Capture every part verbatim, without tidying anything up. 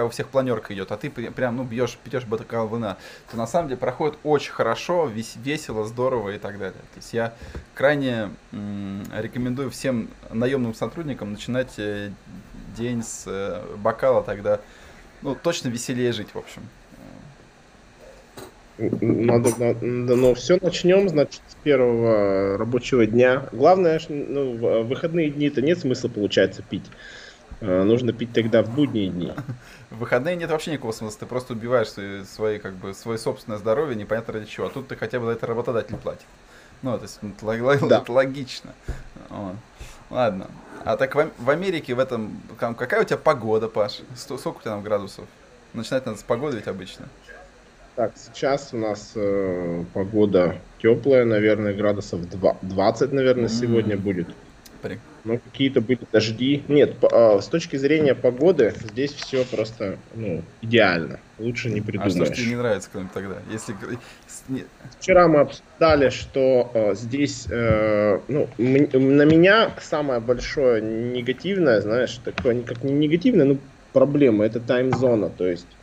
у всех планерка идет, а ты при- прям, ну, бьешь, пьешь бокал вина, то на самом деле проходит очень хорошо, вес- весело, здорово и так далее. То есть я крайне м, рекомендую всем наемным сотрудникам начинать э, день с э, бокала, тогда, ну, точно веселее жить, в общем. Надо, надо- но все начнем, значит, с первого рабочего дня. Главное, ж, ну, в выходные дни-то нет смысла, получается, пить. Э, Нужно пить тогда в будние дни. В выходные нет вообще никакого смысла, ты просто убиваешь свои, свои, как бы, свое собственное здоровье, непонятно ради чего. А тут ты хотя бы за это работодатель платит. Ну, то есть ну, это, лог- Да. это логично. Вот. Ладно. А так в, Ам- в Америке в этом... там какая у тебя погода, Паш? Сто- Сколько у тебя там градусов? Начинать надо с погоды ведь обычно. Так, сейчас у нас э, погода теплая, наверное, градусов два- двадцать, наверное, сегодня М, будет. при- Но какие-то были дожди. Нет, по- а, с точки зрения погоды здесь все просто, ну, идеально. Лучше не А что ж тебе не придумаешь. нравится, кроме тогда? Если... г- с- не- Вчера мы обсуждали, что э, здесь, э, ну, м- на меня самое большое негативное, знаешь, такое, как не негативное, ну, проблема, это тайм-зона. То есть,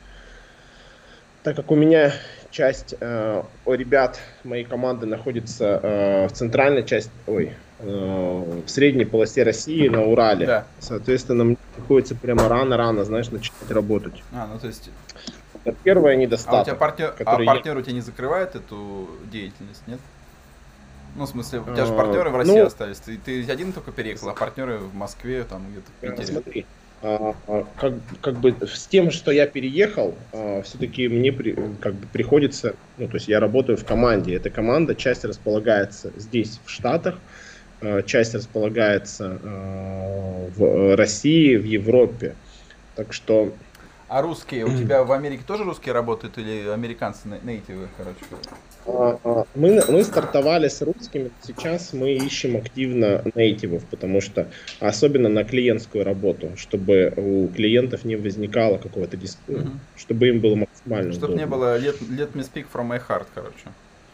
так как у меня часть э, у ребят моей команды находится э, в центральной части, ой, э, в средней полосе России на Урале, Да. соответственно, мне приходится прямо рано-рано, знаешь, начинать работать. А, ну то есть... Это первый А у тебя недостаток, партнер... А который я... партнер у тебя не закрывает эту деятельность, нет? Ну, в смысле, у тебя же э, партнеры в России ну, остались. Ты, ты один только переехал, а партнеры в Москве, там где-то в Э, Питере. Смотри, а, а, как, как бы с тем, что я переехал, все-таки мне при- как бы приходится, ну, то есть я работаю в команде. Эта команда, часть располагается здесь, в Штатах, а, часть располагается а, в России, в Европе. Так что А русские, у тебя в Америке тоже русские работают или американцы нейтивы, короче? а, а, мы, мы стартовали с русскими, сейчас мы ищем активно нейтивов, потому что особенно на клиентскую работу, чтобы у клиентов не возникало какого-то дис... ну, Угу. чтобы им было максимально Чтоб не удобно. было let, let me speak from my heart, короче.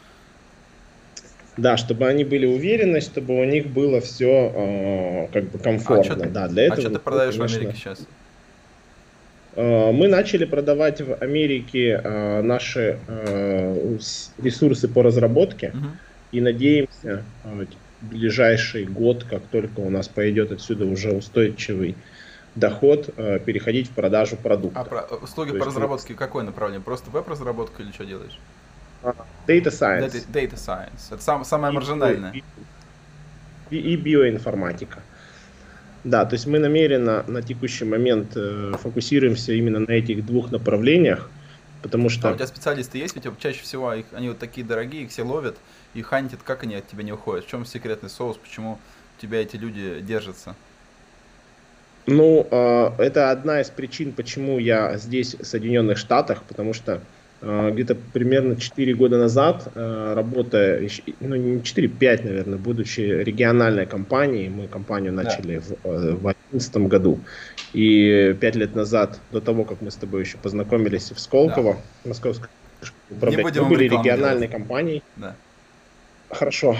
Да, чтобы они были уверены, чтобы у них было все как бы А что комфортно. ты, Да, для а чё этого, ты ну, продаешь в Америке конечно, сейчас? э, мы начали продавать в Америке э, наши э, с- ресурсы по разработке Угу. и надеемся э, в ближайший год, как только у нас пойдет отсюда уже устойчивый доход, э, переходить в продажу А продукта. про, услуги То по есть у нас разработке какое направление? Просто веб-разработка или что делаешь? а, Data Data, Science data science. Это сам, самое и, био- маржинальное. и и биоинформатика. Да, то есть мы намеренно на текущий момент э, фокусируемся именно на этих двух направлениях, потому А у что, тебя специалисты есть? Ведь чаще всего их, они вот такие дорогие, их все ловят и хантят. Как они от тебя не уходят? В чем секретный соус? Почему у тебя эти люди держатся? ну, э, это одна из причин, почему я здесь, в Соединенных Штатах, потому что э, где-то примерно четыре года назад, э, работая, ещё- ну не четыре, пять, наверное, будучи региональной компанией, мы компанию Да. начали в э, в две тысячи одиннадцатом году, и пять лет назад, до того, как мы с тобой еще познакомились в Да. Сколково, Московское Не управление, мы будем им были рекламу делать. региональной компанией. Да. Хорошо.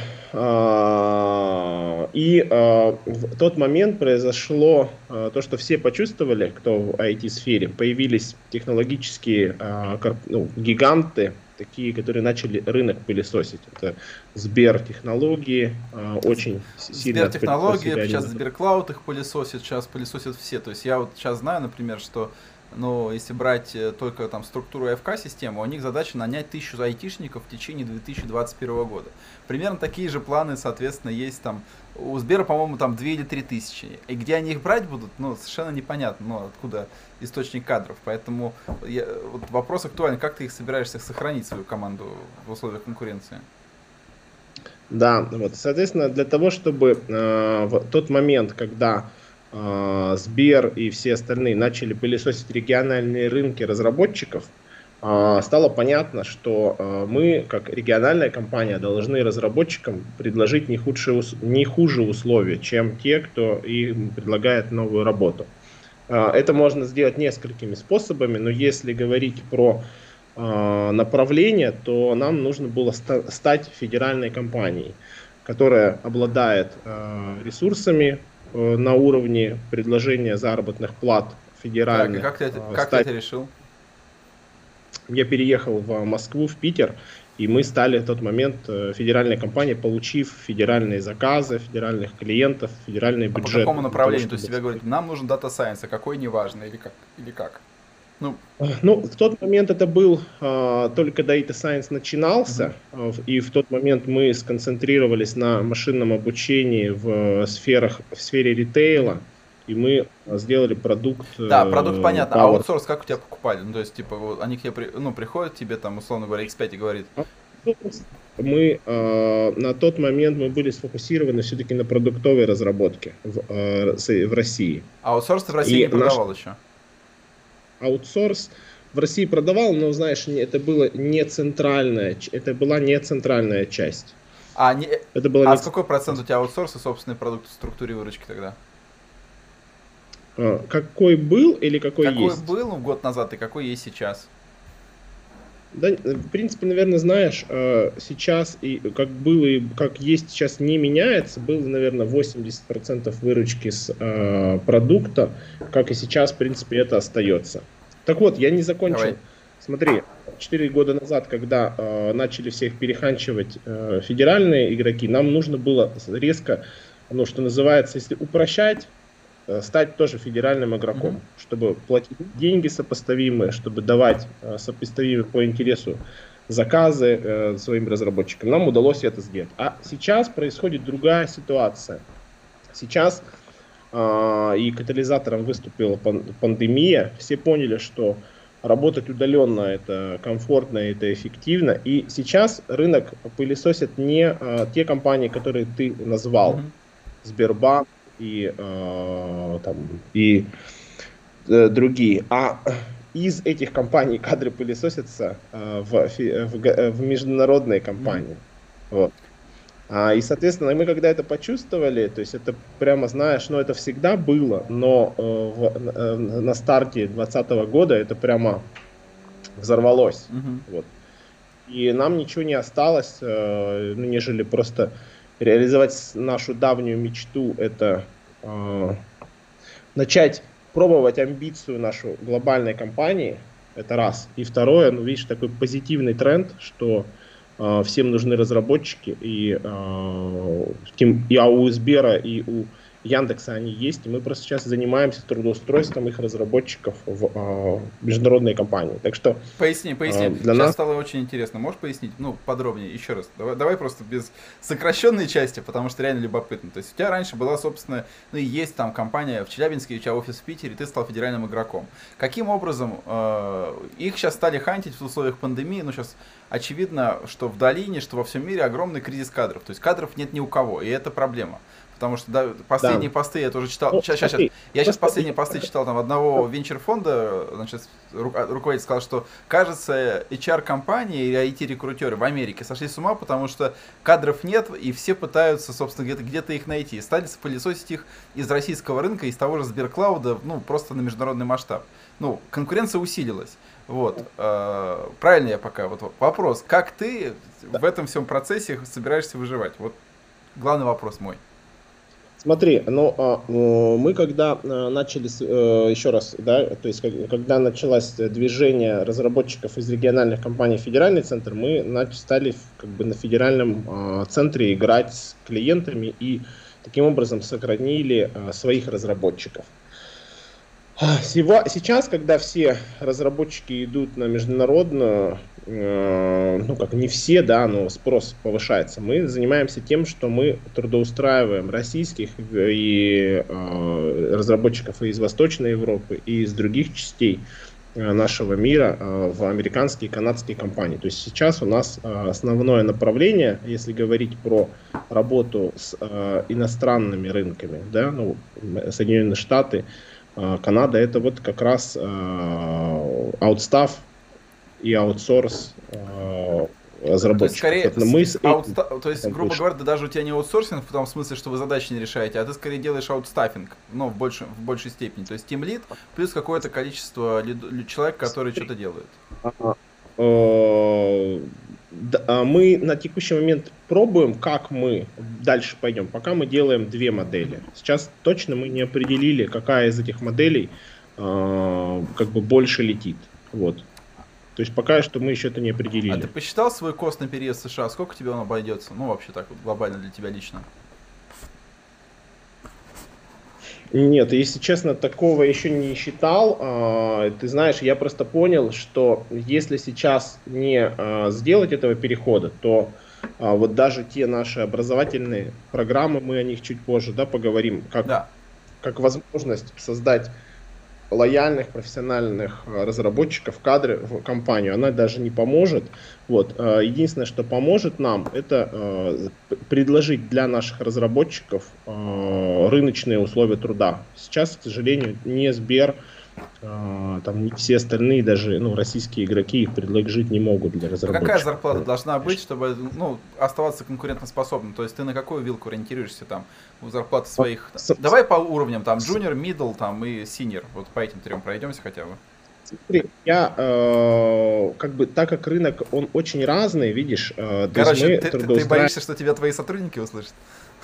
А, И а, в тот момент произошло а, то, что все почувствовали, кто в ай ти-сфере, появились технологические а, корп- ну, гиганты, такие, которые начали рынок пылесосить. Это Сбер-технологии, а, очень с- сильно Сбертехнологии, отпылесосили они. сейчас Сберклауд их пылесосит, сейчас пылесосят все. То есть я вот сейчас знаю, например, что ну, если брать э, только там структуру эй эф ка-систему, у них задача нанять тысячу айтишников в течение две тысячи двадцать первого года. Примерно такие же планы, соответственно, есть там у Сбера, по-моему, там две или три тысячи. И где они их брать будут, ну, совершенно непонятно, ну, откуда источник кадров. Поэтому я, вот вопрос актуален, как ты их собираешься сохранить, свою команду в условиях конкуренции? Да, вот, соответственно, для того, чтобы э, в тот момент, когда э, Сбер и все остальные начали пылесосить региональные рынки разработчиков, э, стало понятно, что э, мы, как региональная компания, должны разработчикам предложить не, худшие, ус- не хуже условия, чем те, кто им предлагает новую работу. Э, это можно сделать несколькими способами, но если говорить про э, направление, то нам нужно было ста- стать федеральной компанией, которая обладает э, ресурсами э, на уровне предложения заработных плат федеральных. Так, и как ты, это- э, как ты стать... это решил? Я переехал в Москву, в Питер, и мы стали в тот момент э, федеральной компанией, получив федеральные заказы, федеральных клиентов, федеральные А по бюджеты. какому для того, направлению? То есть чтобы- тебе говорят, нам нужен дата сайенс, а какой неважно, или как? Или как? Ну, Ну, в тот момент это был а, только Data Science начинался, а, в- и в тот момент мы сконцентрировались на машинном обучении в сферах, в сфере ритейла, и мы а, сделали продукт да, продукт э, понятно. А Power. аутсорс как у тебя покупали? Ну, то есть, типа, вот они к тебе при- ну, приходят тебе, там, условно говоря, икс пять и говорит, Мы э, на тот момент мы были сфокусированы все-таки на продуктовой разработке в, э, с- в России. а аутсорс ты в России И не наш- продавал еще. Аутсорс в России продавал, но знаешь, не- это было не центральная, ч- это была не центральная часть. А, не, Это было а не с какой процент у тебя аутсорс и собственный продукт в структуре выручки тогда? А, какой был или какой, Какой есть? был ну, год назад и какой есть сейчас? Да, в принципе, наверное, знаешь, э, сейчас и как было и как есть сейчас не меняется. Было, наверное, восемьдесят процентов выручки с э, продукта, как и сейчас, в принципе, это остается. Так вот, я не закончил. Давай. Смотри, четыре года назад, когда э, начали всех переханчивать э, федеральные игроки, нам нужно было резко, ну, что называется, если упрощать, э, стать тоже федеральным игроком, Мгм. чтобы платить деньги сопоставимые, чтобы давать э, сопоставимые по интересу заказы э, своим разработчикам. Нам удалось это сделать. А сейчас происходит другая ситуация. Сейчас э, и катализатором выступила пан- пандемия. Все поняли, что работать удаленно это комфортно, это эффективно. И сейчас рынок пылесосят не э, те компании, которые ты назвал. Мгм. Сбербанк и, э, там, и э, другие. А из этих компаний кадры пылесосятся э, в, фи- в, га- в международные компании. Вот. А, и, соответственно, мы когда это почувствовали, то есть это прямо, знаешь, ну это всегда было, но э, в- э, на старте двадцатого года это прямо взорвалось. Мгм. Вот. И нам ничего не осталось, э, ну, нежели просто реализовать с- нашу давнюю мечту, это э, начать пробовать амбицию нашу глобальной компании, это раз. И второе, ну видишь, такой позитивный тренд, что э, всем нужны разработчики, и, э, тем- и а у Сбера, и у Яндекса они есть, и мы просто сейчас занимаемся трудоустройством их разработчиков в э, международные компании. Так что Поясни, поясни. э, для Сейчас нас стало очень интересно. Можешь пояснить, ну, подробнее, еще раз? Давай, давай просто без сокращенной части, потому что реально любопытно. То есть у тебя раньше была, собственно, ну и есть там компания в Челябинске, у тебя офис в Питере, ты стал федеральным игроком. Каким образом э, их сейчас стали хантить в условиях пандемии? Ну, сейчас очевидно, что в долине, что во всем мире огромный кризис кадров. То есть кадров нет ни у кого, и это проблема. Потому что да, последние Да. посты я тоже читал. Ну, Сейчас, сейчас, смотри, Я сейчас просто- последние посты читал там одного венчур-фонда, значит, ру- руководитель сказал, что, кажется, эйч ар-компании или ай ти-рекрутеры в Америке сошли с ума, потому что кадров нет, и все пытаются, собственно, где-то где их найти. И стали пылесосить их из российского рынка, из того же Сберклауда, ну, просто на международный масштаб. Ну, конкуренция усилилась. Вот. Э, Правильно я пока? Вот вопрос. Как ты в этом всем процессе собираешься выживать? Вот главный вопрос мой. Смотри, ну а, э, мы когда э, начали, с- э, еще раз, да, то есть как- когда началось движение разработчиков из региональных компаний в федеральный центр, мы нач- стали в- как бы на федеральном а, центре играть с клиентами и таким образом сохранили а, своих разработчиков. А, сего- Сейчас, когда все разработчики идут на международную, э, ну как не все, да, но спрос повышается, мы занимаемся тем, что мы трудоустраиваем российских и э, разработчиков и из Восточной Европы, и из других частей э, нашего мира э, в американские и канадские компании. То есть сейчас у нас э, основное направление, если говорить про работу с э, иностранными рынками, да, ну, Соединенные Штаты, а, Канада, это вот как раз э, аутстаф и аутсорс э, То есть, разработчиков. скорее, Вот, но мы с с- этим аутста- то есть, там грубо вышли. говоря, да даже у тебя не аутсорсинг в том смысле, что вы задачи не решаете, а ты скорее делаешь аутстаффинг, ну, в, больше, в большей степени. То есть, тимлид плюс какое-то количество лид- лю- человек, которые что-то делают. А, э, да, а мы на текущий момент пробуем, как мы дальше пойдем. Пока мы делаем две модели. Сейчас точно мы не определили, какая из этих моделей э, как бы больше летит. Вот. То есть пока что мы еще это не определили. А ты посчитал свой кост на переезд в США? Сколько тебе он обойдется? Ну, вообще так вот, глобально для тебя лично. Нет, если честно, такого еще не считал. Ты знаешь, я просто понял, что если сейчас не сделать этого перехода, то вот даже те наши образовательные программы, мы о них чуть позже, да, поговорим, как, Да. как возможность создать лояльных профессиональных разработчиков, кадры в компанию, она даже не поможет. Вот. Единственное, что поможет нам, это предложить для наших разработчиков рыночные условия труда. Сейчас, к сожалению, не Сбер, там не все остальные, даже ну, российские игроки их предложить не могут для разработчиков. Какая зарплата должна быть, чтобы ну, оставаться конкурентоспособным? То есть ты на какую вилку ориентируешься там у зарплаты своих? Там? Давай по уровням, там, junior, middle там, и senior. Вот по этим трем пройдемся хотя бы. Смотри, я э, как бы, так как рынок, он очень разный, видишь. Э, Короче, ты, трудоустраив... ты боишься, что тебя твои сотрудники услышат?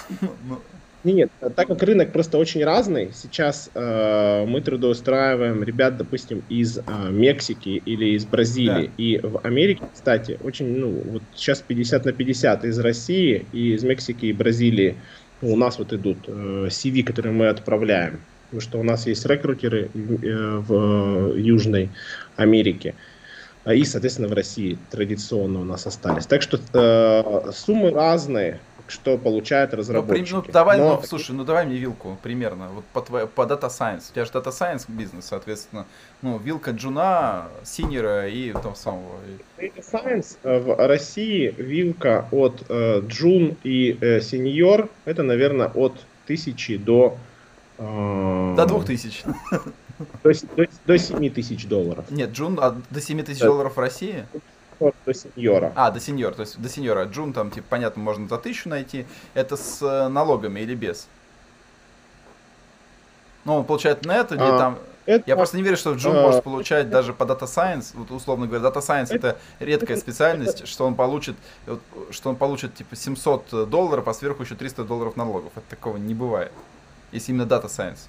Нет, так как рынок просто очень разный, сейчас э, мы трудоустраиваем ребят, допустим, из э, Мексики или из Бразилии. Да. И в Америке, кстати, очень, ну, вот сейчас пятьдесят на пятьдесят из России и из Мексики и Бразилии ну, у нас вот идут э, си ви, которые мы отправляем. Потому что у нас есть рекрутеры э, в э, Южной Америке. И, соответственно, в России традиционно у нас остались. Так что э, суммы разные. Что получают разработчики. Ну, ну, давай, Но... ну, слушай, ну давай мне вилку примерно, вот по, твоей, по Data Science. У тебя же Data Science бизнес, соответственно, ну, вилка джуна, синьора и там самого. Data Science в России вилка от э, джун и э, сеньор, это, наверное, от тысячи до... Э, до двух тысяч. До, до, до семи тысяч долларов. Нет, джун, а до семи тысяч долларов в России? До сеньора. А, до сеньора, то есть до сеньора. Джун там, типа, понятно, можно за тысячу найти. Это с налогами или без? Ну, он получает нет или а, там... Это... Я просто не верю, что Джун а... может получать даже по Data Science. Вот, условно говоря, Data Science это, это редкая специальность, что он получит, что он получит, типа, семьсот долларов, а сверху еще триста долларов налогов. Это такого не бывает, если именно Data Science.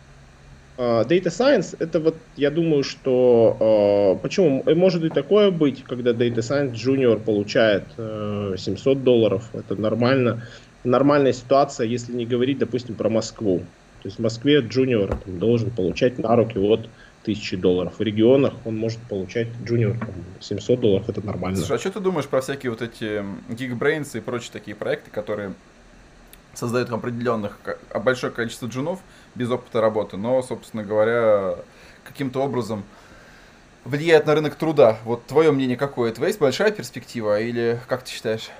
Data Science, это вот, я думаю, что... Uh, почему? Может и такое быть, когда Data Science Junior получает uh, семьсот долларов. Это нормально. Нормальная ситуация, если не говорить, допустим, про Москву. То есть в Москве Junior там, должен получать на руки от тысячи долларов. В регионах он может получать Junior там, семьсот долларов. Это нормально. Слушай, а что ты думаешь про всякие вот эти Geekbrains и прочие такие проекты, которые создают определенных большое количество джунов без опыта работы, но, собственно говоря, каким-то образом влияет на рынок труда. Вот твое мнение какое? Это есть большая перспектива или как ты считаешь?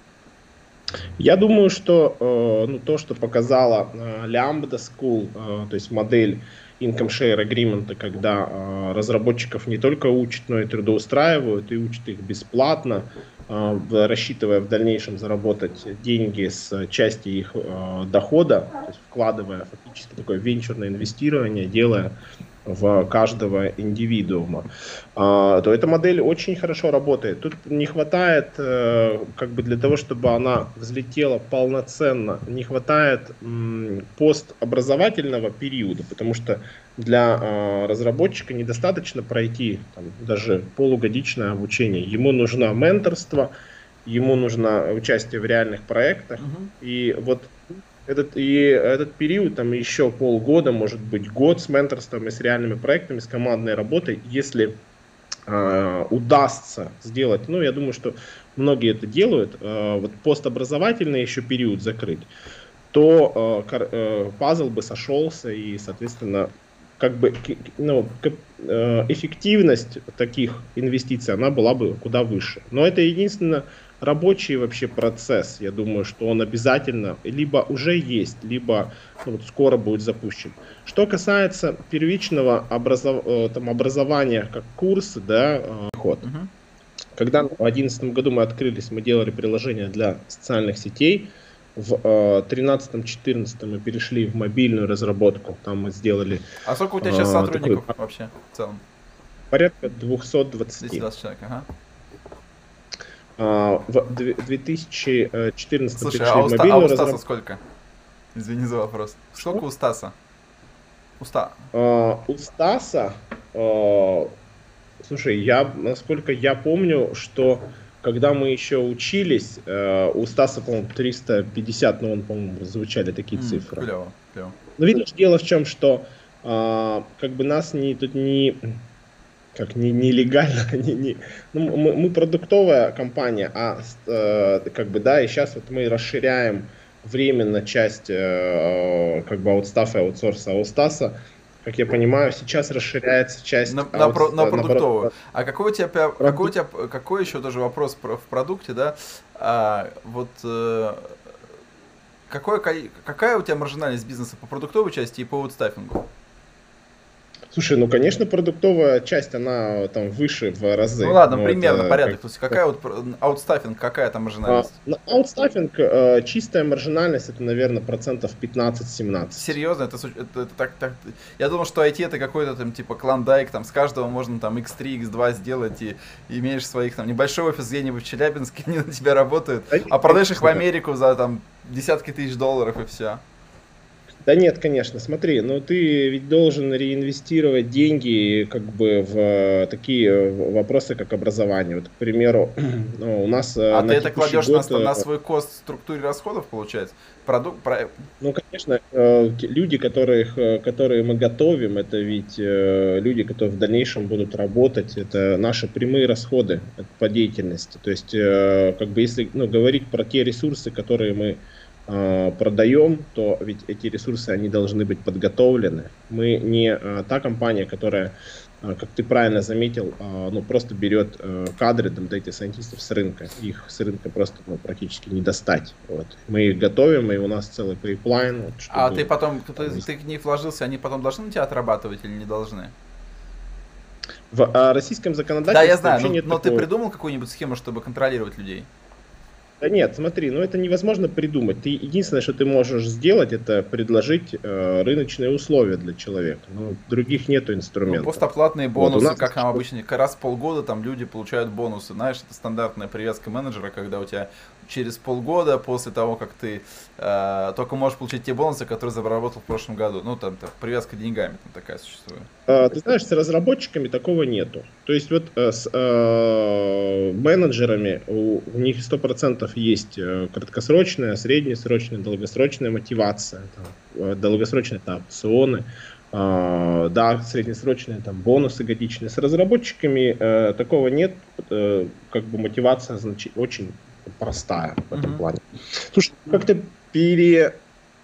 Я думаю, что э, ну, то, что показала э, Lambda School, э, то есть модель Income Share Agreement, когда э, разработчиков не только учат, но и трудоустраивают, и учат их бесплатно, э, рассчитывая в дальнейшем заработать деньги с части их э, дохода, то есть вкладывая фактически такое венчурное инвестирование, делая в каждого индивидуума, то эта модель очень хорошо работает. Тут не хватает, как бы для того, чтобы она взлетела полноценно, не хватает постобразовательного периода, потому что для разработчика недостаточно пройти там, даже полугодичное обучение. Ему нужно менторство, ему нужно участие в реальных проектах. Uh-huh. И вот Этот, и этот период, там еще полгода, может быть год с менторством и с реальными проектами, с командной работой, если э, удастся сделать, ну я думаю, что многие это делают, э, вот постобразовательный еще период закрыть, то э, э, пазл бы сошелся и, соответственно, как бы ну, э, эффективность таких инвестиций, она была бы куда выше. Но это единственное рабочий вообще процесс, я думаю, что он обязательно либо уже есть, либо ну, вот скоро будет запущен. Что касается первичного образов... там, образования как курс, да, ход. Uh-huh. Когда в две тысячи одиннадцатом году мы открылись, мы делали приложение для социальных сетей, в две тысячи тринадцатом-четырнадцатом мы перешли в мобильную разработку, там мы сделали... А сколько у тебя сейчас сотрудников такой... вообще в целом? Порядка двести двадцать. двести двадцать человек, ага. В две тысячи четырнадцатом Слушай, а у, Ста- а у Стаса сколько? Извини за вопрос. Сколько Что? у Стаса? Уста. А, у Стаса, а, слушай, я, насколько я помню, что когда мы еще учились, а, у Стаса, по-моему, триста пятьдесят, ну, он, по-моему, звучали такие М, цифры. клево, клево. Но видишь, дело в чем, что а, как бы нас не, тут не, как не нелегально, не, не, ну, мы, мы продуктовая компания, а э, как бы да, и сейчас вот мы расширяем временно часть э, как бы аутстафа и аутсорса. А у Стаса, как я понимаю, сейчас расширяется часть На, на, аут, про- на продуктовую. наоборот, А какой у тебя, пя- какой у продукт. тебя, какой еще тоже вопрос про, в продукте, да? А, вот э, какое, ко- какая у тебя маржинальность бизнеса по продуктовой части и по аутстаффингу? Слушай, ну конечно, продуктовая часть, она там выше в Ну разы. ладно, Ну, примерно это порядок. как То есть какая вот про- аутстаффинг, какая там А, маржинальность? на аутстаффинг, э, чистая маржинальность, это, наверное, процентов пятнадцать-семнадцать. Серьезно, это, су- это, это так, так. Я думал, что ай ти это какой-то там типа клондайк, там с каждого можно там икс три, икс два сделать и имеешь своих там небольшой офис где-нибудь в Челябинске, они на тебя работают, Да а нет, продаешь их в конечно. Америку за там десятки тысяч долларов и все. Да нет, конечно, смотри, но ты ведь должен реинвестировать деньги как бы в э, такие э, вопросы, как образование. Вот, к примеру, ну, у нас э, А ты на это текущий кладешь на, год, ста- э, на свой кост в структуре расходов, получается? Продукт, про- ну, конечно, э, те- люди, которых, э, которые мы готовим, это ведь э, люди, которые в дальнейшем будут работать, это наши прямые расходы по деятельности. То есть, э, как бы, если ну, говорить про те ресурсы, которые мы э, продаем, то ведь эти ресурсы, они должны быть подготовлены. Мы не э, та компания, которая, э, как ты правильно заметил, э, ну, просто берет э, кадры там, дата-сайентистов с рынка. Их с рынка просто ну, практически не достать. Вот. Мы их готовим, и у нас целый пайплайн. Вот, А чтобы, ты потом, ты, там, ты в них вложился, они потом должны на тебя отрабатывать или не должны? в а, российском Да, законодательстве я знаю, вообще но, нет но ты такого. придумал какую-нибудь схему, чтобы контролировать людей? Да нет, смотри, ну это невозможно придумать. Ты единственное, что ты можешь сделать, это предложить э, рыночные условия для человека. Ну, других нету Ну, инструментов. постоплатные Вот у бонусы, нас как нам обычно, как раз в полгода там люди получают бонусы. Знаешь, это стандартная привязка менеджера, когда у тебя через полгода после того, как ты э, только можешь получить те бонусы, которые заработал в прошлом году. Ну, там, там привязка деньгами там такая существует. э, ты знаешь, с разработчиками такого нету. То есть вот э, с э, менеджерами у, у них сто процентов есть э, краткосрочная, среднесрочная, долгосрочная мотивация. Там, э, долгосрочные это опционы. Uh, да, среднесрочные там бонусы годичные. С разработчиками uh, такого нет, uh, как бы мотивация значит, очень простая в этом Мгм. плане. Слушай, как-то пере...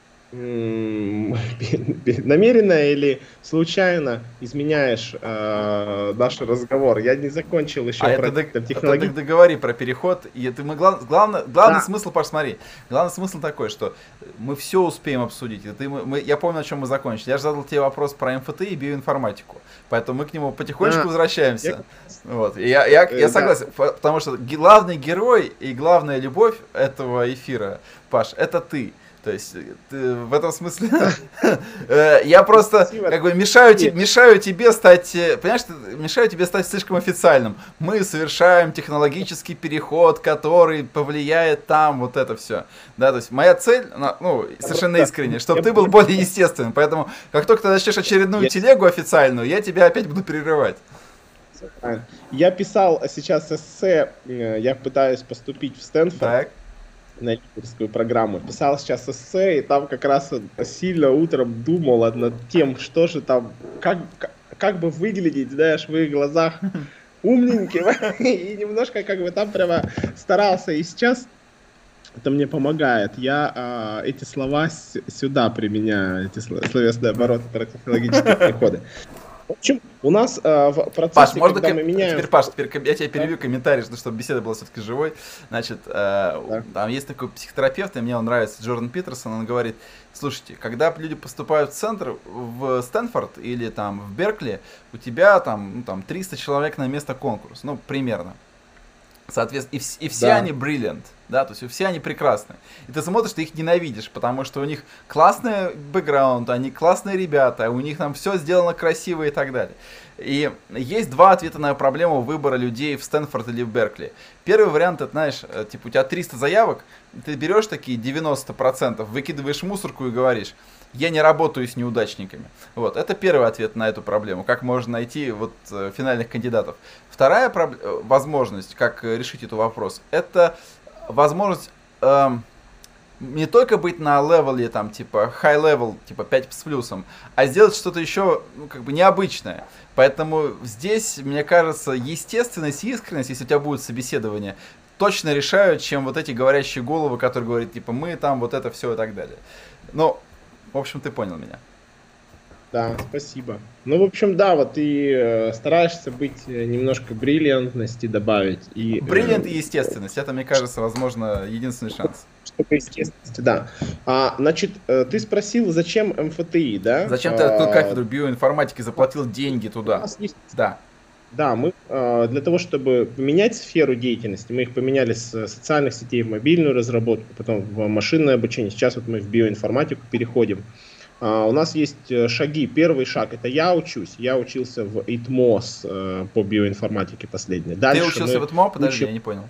м, намеренно или случайно изменяешь uh, наш разговор. Я не закончил еще А про это, дог- там, это технологии. дог- договори про переход. И это мы глав- главное, главный Да. смысл, Паш, смотри, главный смысл такой, что мы все успеем обсудить. И ты, мы, мы- я помню, на чем мы закончили. Я же задал тебе вопрос про эм эф тэ и биоинформатику. Поэтому мы к нему потихонечку А, возвращаемся. я- Вот. И я, я, Э, я да. согласен, п- потому что ге- главный герой и главная любовь этого эфира, Паш, это ты. То есть ты в этом смысле э, я просто Спасибо. как бы мешаю, те- мешаю тебе стать, э, понимаешь, ты- мешаю тебе стать слишком официальным. Мы совершаем технологический переход, который повлияет там, вот это все. Да, то есть моя цель, она, ну, совершенно искренняя, чтобы Я ты был более естественным. Поэтому как только ты начнешь очередную Я- телегу официальную, я тебя опять буду перерывать. Я писал сейчас эссе, э, я пытаюсь поступить в Стэнфорд. Так. На лидерскую программу. Писал сейчас эссе, и там как раз сильно утром думал над тем, что же там, как, как, как бы выглядеть, знаешь, в их глазах умненьким. И немножко как бы там прямо старался. И сейчас это мне помогает. Я а, эти слова с- сюда применяю, эти сло- словесные обороты про технологические переходы. В общем, у нас а, в процессе, Паш, можно когда ком- мы меняем... теперь, Паш, теперь ком- я тебя перебью комментарий, ну, чтобы беседа была все-таки живой. Значит, э, Да. там есть такой психотерапевт, и мне он нравится, Джордан Питерсон, он говорит, слушайте, когда люди поступают в центр, в Стэнфорд или там в Беркли, у тебя там, ну, там триста человек на место конкурс, ну, примерно. Соответственно, и, вс- и все Да. они brilliant, да, то есть все они прекрасны. И ты смотришь, ты их ненавидишь, потому что у них классный бэкграунд, они классные ребята, у них там все сделано красиво и так далее. И есть два ответа на проблему выбора людей в Стэнфорд или в Беркли. Первый вариант, это, знаешь, типа у тебя триста заявок, ты берешь такие девяносто процентов, выкидываешь мусорку и говоришь: я не работаю с неудачниками. Вот, это первый ответ на эту проблему, как можно найти вот финальных кандидатов. Вторая проб... возможность, как решить этот вопрос, это возможность эм, не только быть на левеле, там, типа, high level, типа, пять с плюсом, а сделать что-то еще, ну, как бы, необычное. Поэтому здесь, мне кажется, естественность и искренность, если у тебя будет собеседование, точно решают, чем вот эти говорящие головы, которые говорят, типа, мы там, вот это все и так далее. Но, в общем, ты понял меня. Да, спасибо. Ну, в общем, да, вот ты э, стараешься быть немножко бриллиантности добавить. И, Бриллиант э, и естественность, это, мне кажется, возможно, единственный шанс. Чтобы естественности, да. А, значит, э, ты спросил, зачем эм эф ти и, да? Зачем ты а, кафедру биоинформатики заплатил деньги туда? У нас есть... Да. Да, мы э, для того, чтобы поменять сферу деятельности, мы их поменяли с социальных сетей в мобильную разработку, потом в машинное обучение. Сейчас вот мы в биоинформатику переходим. Uh, у нас есть шаги. Первый шаг — это я учусь. Я учился в ИТМОС uh, по биоинформатике последний. Дальше Ты учился в ИТМО? Подожди, учим... я не понял.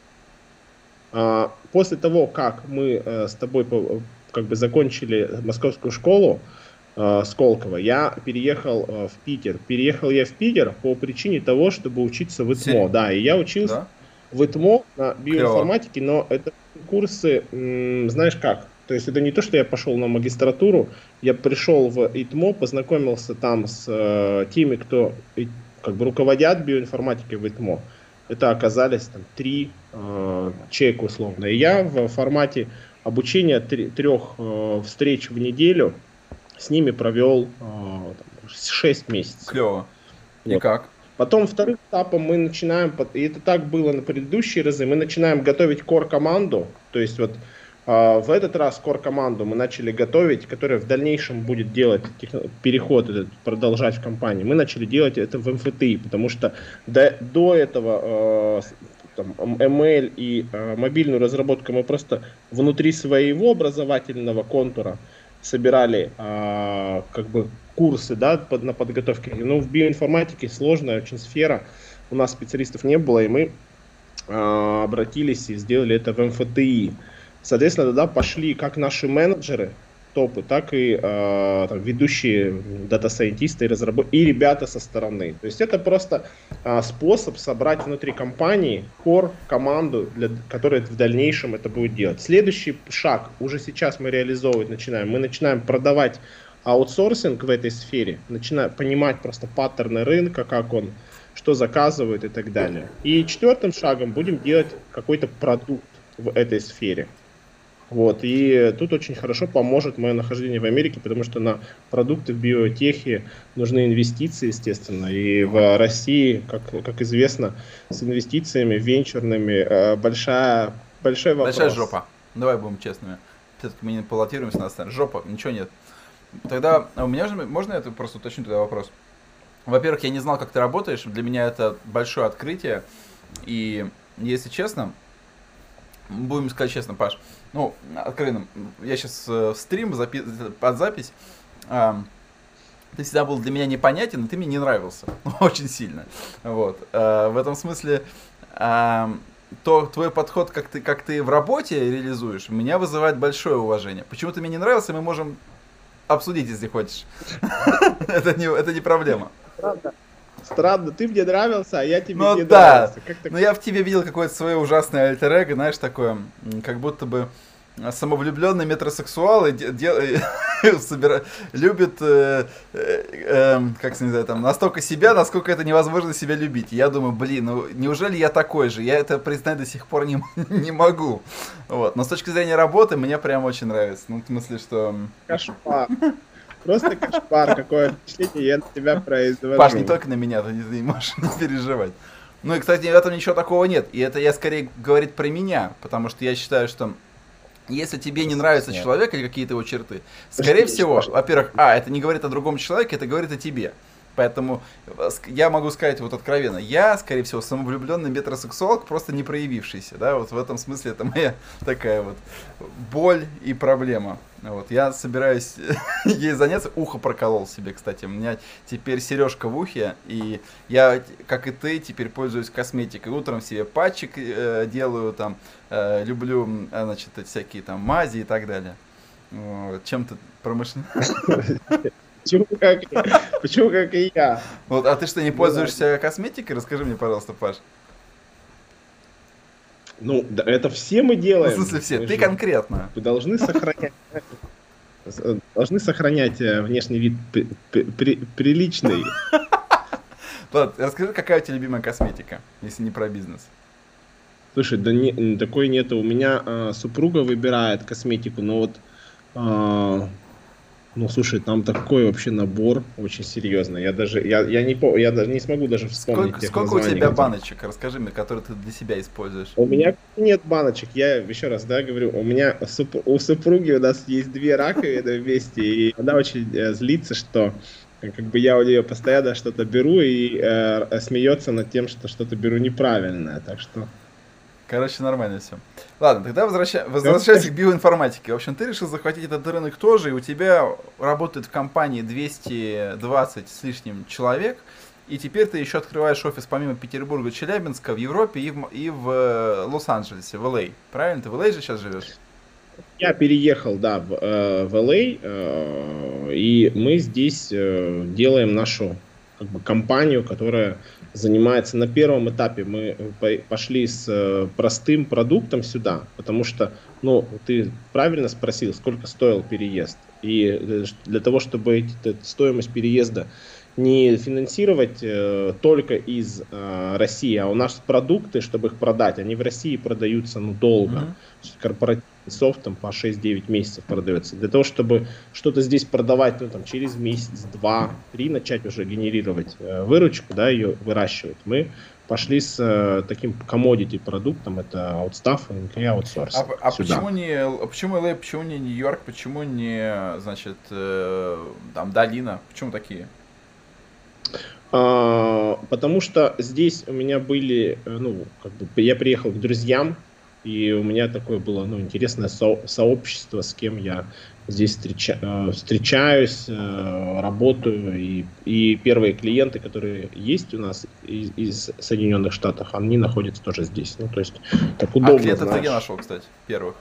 Uh, после того, как мы uh, с тобой по, как бы закончили московскую школу uh, Сколково, я переехал uh, в Питер. Переехал я в Питер по причине того, чтобы учиться в ИТМО. Серьезно? Да, и я учился да? в ИТМО на биоинформатике, Клево. Но это курсы, м, знаешь как? То есть это не то, что я пошел на магистратуру, я пришел в ИТМО, познакомился там с э, теми, кто как бы руководят биоинформатикой в ИТМО. Это оказались там три э, человека условно. И я в формате обучения три, трех э, встреч в неделю с ними провел э, шесть месяцев. Клево. И вот. Как? Потом вторым этапом мы начинаем, и это так было на предыдущие разы, мы начинаем готовить кор-команду, то есть вот в этот раз кор-команду мы начали готовить, которая в дальнейшем будет делать переход этот, продолжать в компании. Мы начали делать это в эм эф ти и, потому что до, до этого э, там, эм эл и э, мобильную разработку мы просто внутри своего образовательного контура собирали э, как бы курсы, да, под, на подготовке. Но в биоинформатике сложная очень сфера, у нас специалистов не было, и мы э, обратились и сделали это в эм эф ти и. Соответственно, тогда пошли как наши менеджеры, топы, так и э, там, ведущие дата-сайентисты и разработчики, и ребята со стороны. То есть это просто э, способ собрать внутри компании core команду, для которой в дальнейшем это будет делать. Следующий шаг, уже сейчас мы реализовывать начинаем. Мы начинаем продавать аутсорсинг в этой сфере, начинаем понимать просто паттерны рынка, как он, что заказывают и так далее. И четвертым шагом будем делать какой-то продукт в этой сфере. Вот, и тут очень хорошо поможет мое нахождение в Америке, потому что на продукты в биотехе нужны инвестиции, естественно. И в России, как, как известно, с инвестициями венчурными большая, большой вопрос. Большая жопа. Давай будем честными. Все-таки мы не пилотируемся на сцене. Жопа, ничего нет. Тогда у меня же, можно это просто уточнить тогда вопрос? Во-первых, я не знал, как ты работаешь. Для меня это большое открытие. И, если честно, будем сказать честно, Паш, ну, откровенно, я сейчас э, стрим запи- под запись, э, ты всегда был для меня непонятен, и ты мне не нравился очень сильно. Вот. Э, в этом смысле, э, то твой подход, как ты, как ты в работе реализуешь, меня вызывает большое уважение. Почему ты мне не нравился, мы можем обсудить, если хочешь. Это не проблема. Странно, ты мне нравился, а я тебе ну, не да. нравился. Как но я в тебе видел какое-то свое ужасное альтер-эго, знаешь, такое, как будто бы самовлюбленный метросексуал и де- де- собира... любит, э, э, э, как сказать, там, настолько себя, насколько это невозможно себя любить. И я думаю, блин, ну неужели я такой же? Я это признать до сих пор не, не могу. Вот. Но с точки зрения работы мне прям очень нравится. Ну, в смысле, что... Кошмар. Просто кошмар, какое впечатление я на тебя произвожу. Паш, не только на меня, ты не, не можешь не переживать. Ну и, кстати, в этом ничего такого нет. И это я скорее говорит про меня, потому что я считаю, что если тебе не нравится нет. человек или какие-то его черты, скорее всего, во-первых, а, это не говорит о другом человеке, это говорит о тебе. Поэтому я могу сказать вот откровенно, я, скорее всего, самовлюбленный метросексуалог, просто не проявившийся, да, вот в этом смысле это моя такая вот боль и проблема. Вот, я собираюсь ей заняться, ухо проколол себе, кстати, у меня теперь сережка в ухе, и я, как и ты, теперь пользуюсь косметикой, утром себе патчик э, делаю, там, э, люблю, значит, всякие там мази и так далее. Вот, чем-то промышленно. Почему как, почему как и я? Вот, а ты что, не пользуешься косметикой? Расскажи мне, пожалуйста, Паш. Ну, да, это все мы делаем. В смысле все? Мы ты же, конкретно. Вы должны сохранять, должны сохранять внешний вид при, при, приличный. Ладно, расскажи, какая у тебя любимая косметика, если не про бизнес? Слушай, да не, такой нету. У меня а, супруга выбирает косметику, но вот... А, ну, слушай, там такой вообще набор очень серьезный. Я даже, я, я не по, я даже не смогу даже вспомнить. Сколько, сколько у тебя которые... баночек? Расскажи мне, которые ты для себя используешь. У меня нет баночек. Я еще раз, да, говорю, у меня суп, у супруги у нас есть две раковины вместе, и она очень э, злится, что как бы я у нее постоянно что-то беру и э, смеется над тем, что что-то беру неправильное. Так что. Короче, нормально все. Ладно, тогда возвращай, возвращайся к биоинформатике. В общем, ты решил захватить этот рынок тоже, и у тебя работает в компании двести двадцать с лишним человек, и теперь ты еще открываешь офис помимо Петербурга, Челябинска в Европе и в, и в Лос-Анджелесе, в Л А. Правильно? Ты в Л А же сейчас живешь? Я переехал, да, в, э, в Л А, э, и мы здесь э, делаем нашу как бы компанию, которая занимается на первом этапе. Мы пошли с простым продуктом сюда, потому что, ну, ты правильно спросил, сколько стоил переезд. И для того, чтобы эту стоимость переезда не финансировать э, только из э, России, а у нас продукты, чтобы их продать, они в России продаются, ну, долго. Mm-hmm. Корпоративный софт там по шесть-девять месяцев продается. Для того, чтобы что-то здесь продавать, ну, там, через месяц, два, три, начать уже генерировать э, выручку, да, ее выращивать, мы пошли с э, таким commodity продуктом, это аутстафф и аутсорс. А, а почему не, почему Л А, почему не Нью-Йорк, почему не, значит, э, там, Долина, почему такие? А, потому что здесь у меня были, ну, как бы я приехал к друзьям, и у меня такое было, ну, интересное со- сообщество, с кем я здесь встреча- встречаюсь, работаю, и, и первые клиенты, которые есть у нас из, из Соединенных Штатов, они находятся тоже здесь. Ну, то есть так удобно. А клиентов ты где нашел, кстати, первых?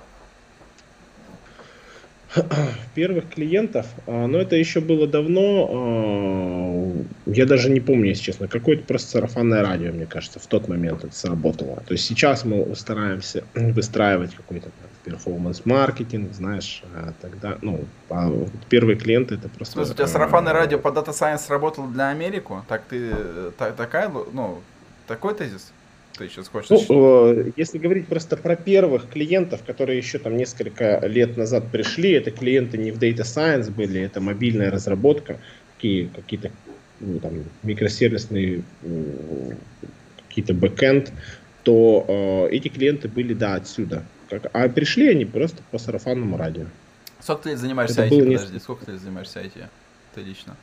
Первых клиентов, но это еще было давно, я даже не помню, если честно, какое-то просто сарафанное радио, мне кажется, в тот момент это сработало. То есть сейчас мы стараемся выстраивать какой-то перформанс-маркетинг, знаешь, тогда, ну, первые клиенты это просто... В смысле, у тебя сарафанное радио по Data Science работало для Америки? Так ты, так, такая, ну, такой тезис? Ты сейчас хочешь? Ну, если говорить просто про первых клиентов, которые еще там несколько лет назад пришли, это клиенты не в Data Science были, это мобильная разработка, какие, какие-то ну, там, микросервисные какие-то бэкэнд, то э, эти клиенты были, да, отсюда. Как, а пришли они просто по сарафанному радио. Сколько ты лет занимаешься ай ти? Подожди, несколько... сколько ты лет занимаешься ай ти? Ты лично?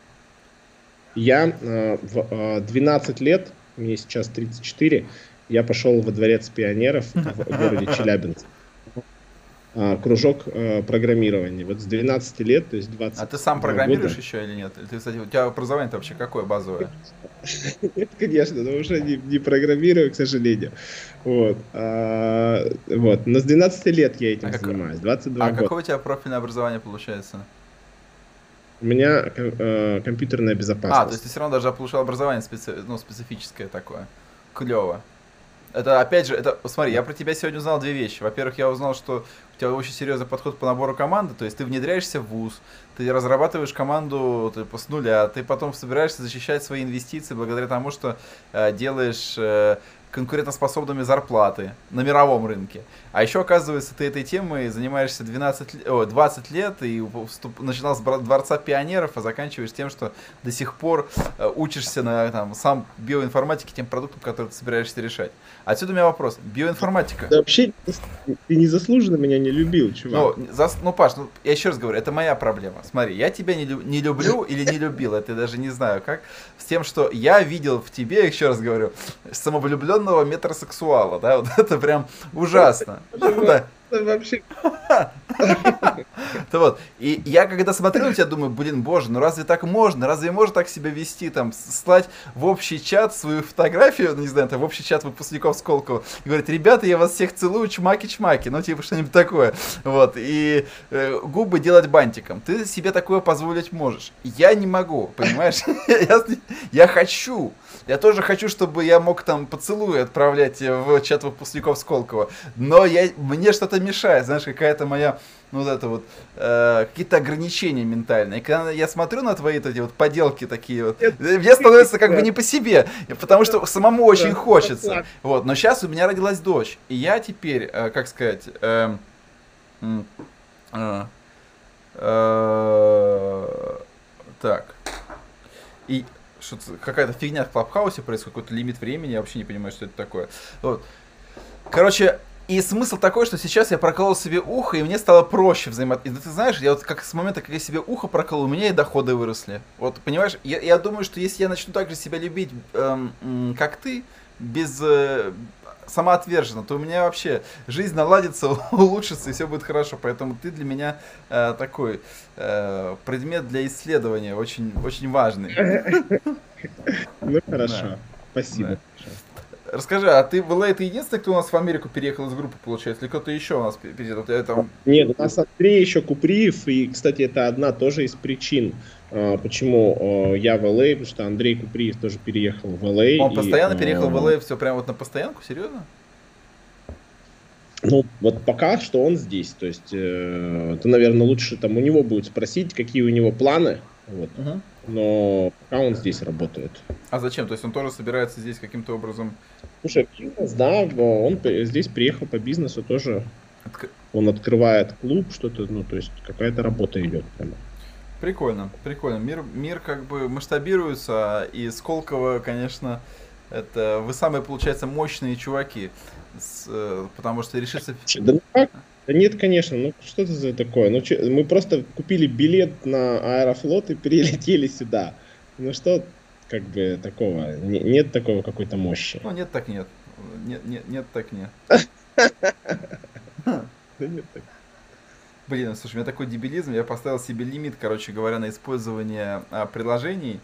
Я э, в э, двенадцать лет, мне сейчас тридцать четыре, я пошел во дворец пионеров в городе Челябинск. Кружок программирования. Вот с двенадцати лет, то есть двадцать. А ты сам программируешь года. Еще или нет? Ты, кстати, у тебя образование-то вообще какое базовое? Нет, конечно, но уже не, не программирую, к сожалению. Вот. А, вот. Но с двенадцати лет я этим а занимаюсь. двадцать два а года. какое у тебя профильное образование получается? У меня э, компьютерная безопасность. А, то есть ты все равно даже получил образование специ... ну, специфическое такое. Клево. Это, опять же, это, смотри, я про тебя сегодня узнал две вещи. Во-первых, я узнал, что у тебя очень серьезный подход по набору команды, то есть ты внедряешься в вуз, ты разрабатываешь команду ты, с нуля, ты потом собираешься защищать свои инвестиции благодаря тому, что э, делаешь э, конкурентоспособными зарплаты на мировом рынке. А еще, оказывается, ты этой темой занимаешься двенадцать, о, двадцать лет и вступ, начинал с Дворца пионеров, а заканчиваешь тем, что до сих пор э, учишься на там, сам биоинформатике, тем продуктам, которые ты собираешься решать. Отсюда у меня вопрос. Биоинформатика. Да вообще ты незаслуженно меня не любил, чувак. Ну, за, ну Паш, ну, я еще раз говорю, это моя проблема. Смотри, я тебя не, не люблю или не любил, это я даже не знаю как, с тем, что я видел в тебе, еще раз говорю, самовлюбленного метросексуала, да, вот это прям ужасно. Да. Вообще. Вот. И я когда смотрю на тебя, думаю, блин, боже, ну разве так можно? Разве можно так себя вести, там, слать в общий чат свою фотографию, ну не знаю, там, в общий чат выпускников Сколково, и говорить, ребята, я вас всех целую, чмаки-чмаки, ну типа что-нибудь такое. Вот. И э, губы делать бантиком. Ты себе такое позволить можешь. Я не могу, понимаешь? я, я хочу. Я тоже хочу, чтобы я мог там поцелуи отправлять в чат выпускников Сколково. Но я, мне что-то мешает, знаешь, какая-то моя, ну вот это вот, э, какие-то ограничения ментальные. И когда я смотрю на твои эти вот поделки такие вот, мне становится как бы не по себе, потому что самому очень хочется. Вот, но сейчас у меня родилась дочь, и я теперь, э, как сказать, э, э, э, так, и что-то, какая-то фигня в Клабхаусе происходит, какой-то лимит времени, я вообще не понимаю, что это такое. Вот. Короче, и смысл такой, что сейчас я проколол себе ухо, и мне стало проще взаимодействовать. И ты знаешь, я вот как с момента, как я себе ухо проколол, у меня и доходы выросли. Вот, понимаешь, я, я думаю, что если я начну так же себя любить, эм, как ты, без... Э, самоотверженно, то у меня вообще жизнь наладится, улучшится, и все будет хорошо. Поэтому ты для меня э, такой э, предмет для исследования, очень, очень важный. Ну хорошо, спасибо. Расскажи, а ты в эл эй ты единственный, кто у нас в Америку переехал из группы, получается, или кто-то еще у нас переехал? Там... Нет, у нас Андрей еще Куприев, и, кстати, это одна тоже из причин, почему я в эл эй, потому что Андрей Куприев тоже переехал в эл эй. Он и, постоянно переехал в эл эй, все прям вот на постоянку, серьезно? Ну, вот пока что он здесь, то есть, э, ты, наверное, лучше там у него будет спросить, какие у него планы, вот. Угу. Но пока он здесь работает. А зачем? То есть он тоже собирается здесь каким-то образом... Слушай, бизнес, да, он здесь приехал по бизнесу тоже. Отк... Он открывает клуб, что-то, ну, то есть какая-то работа идет прямо. Прикольно, прикольно. Мир, мир как бы масштабируется, и Сколково, конечно, это вы самые, получается, мощные чуваки, с, потому что решится... Да, ну как? Да нет, конечно, ну что это за такое? Ну, че, мы просто купили билет на Аэрофлот и перелетели сюда. Ну что, как бы, такого, не, нет такого какой-то мощи. Ну нет так нет, нет, нет, нет так нет. Блин, слушай, у меня такой дебилизм, я поставил себе лимит, короче говоря, на использование а, приложений,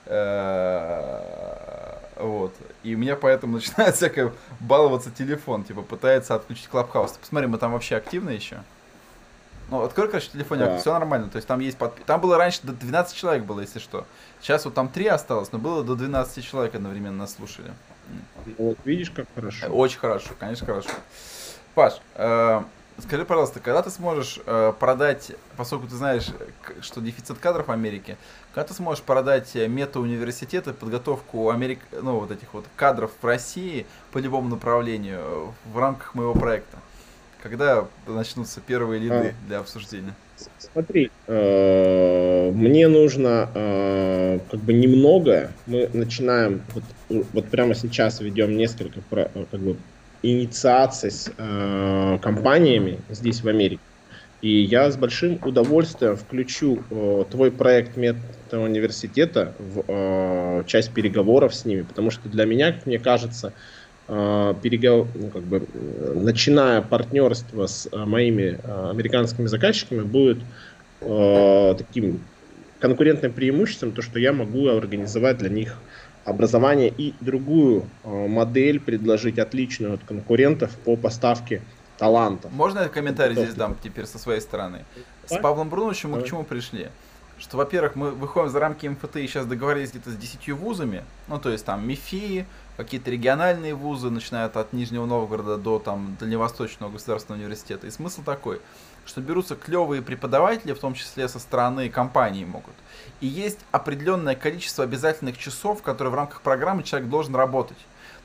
э, вот, и у меня поэтому начинает всякое баловаться телефон, типа пытается отключить Клабхаус. Посмотри, мы там вообще активны еще. Ну, открой, короче, телефон, да. Все нормально, то есть там есть подпи... Там было раньше до двенадцати человек было, если что. Сейчас вот там три осталось, но было до двенадцати человек одновременно нас слушали. Вот видишь, как хорошо. Очень хорошо, конечно, хорошо. Паш, э, скажи, пожалуйста, когда ты сможешь э, продать, поскольку ты знаешь, что дефицит кадров в Америке, когда ты сможешь продать мета-университеты, подготовку Америк... ну, вот этих вот кадров в России по любому направлению в рамках моего проекта? Когда начнутся первые лиды а, для обсуждения? Смотри, э, мне нужно э, как бы немного. Мы начинаем, вот, вот прямо сейчас ведем несколько как бы инициаций с э, компаниями здесь в Америке. И я с большим удовольствием включу э, твой проект мета-университета в э, часть переговоров с ними, потому что для меня, как мне кажется, Перегов... ну, как бы, начиная партнерство с моими американскими заказчиками, будет э, таким конкурентным преимуществом, то, что я могу организовать для них образование и другую э, модель предложить отличную от конкурентов по поставке талантов. Можно я комментарий здесь дам теперь со своей стороны? С Павлом Бруновичем мы к чему пришли? Что, во-первых, мы выходим за рамки эм эф тэ и сейчас договорились где-то с десятью вузами, ну, то есть там МИФИ, какие-то региональные вузы, начиная от Нижнего Новгорода до там Дальневосточного государственного университета. И смысл такой, что берутся клевые преподаватели, в том числе со стороны компаний могут. И есть определенное количество обязательных часов, которые в рамках программы человек должен работать.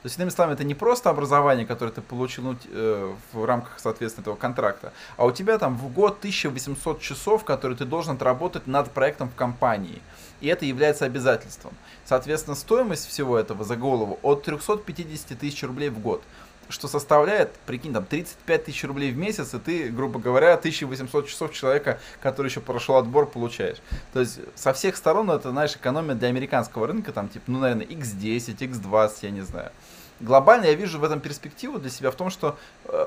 То есть, иными словами, это не просто образование, которое ты получил ну, э, в рамках, соответственно, этого контракта, а у тебя там в год тысяча восемьсот часов, которые ты должен отработать над проектом в компании. И это является обязательством. Соответственно, стоимость всего этого за голову от трёхсот пятидесяти тысяч рублей в год, что составляет, прикинь, там тридцать пять тысяч рублей в месяц, и ты, грубо говоря, тысяча восемьсот часов человека, который еще прошел отбор, получаешь. То есть со всех сторон это, знаешь, экономия для американского рынка, там, типа, ну, наверное, икс десять, икс двадцать, я не знаю. Глобально я вижу в этом перспективу для себя в том, что э,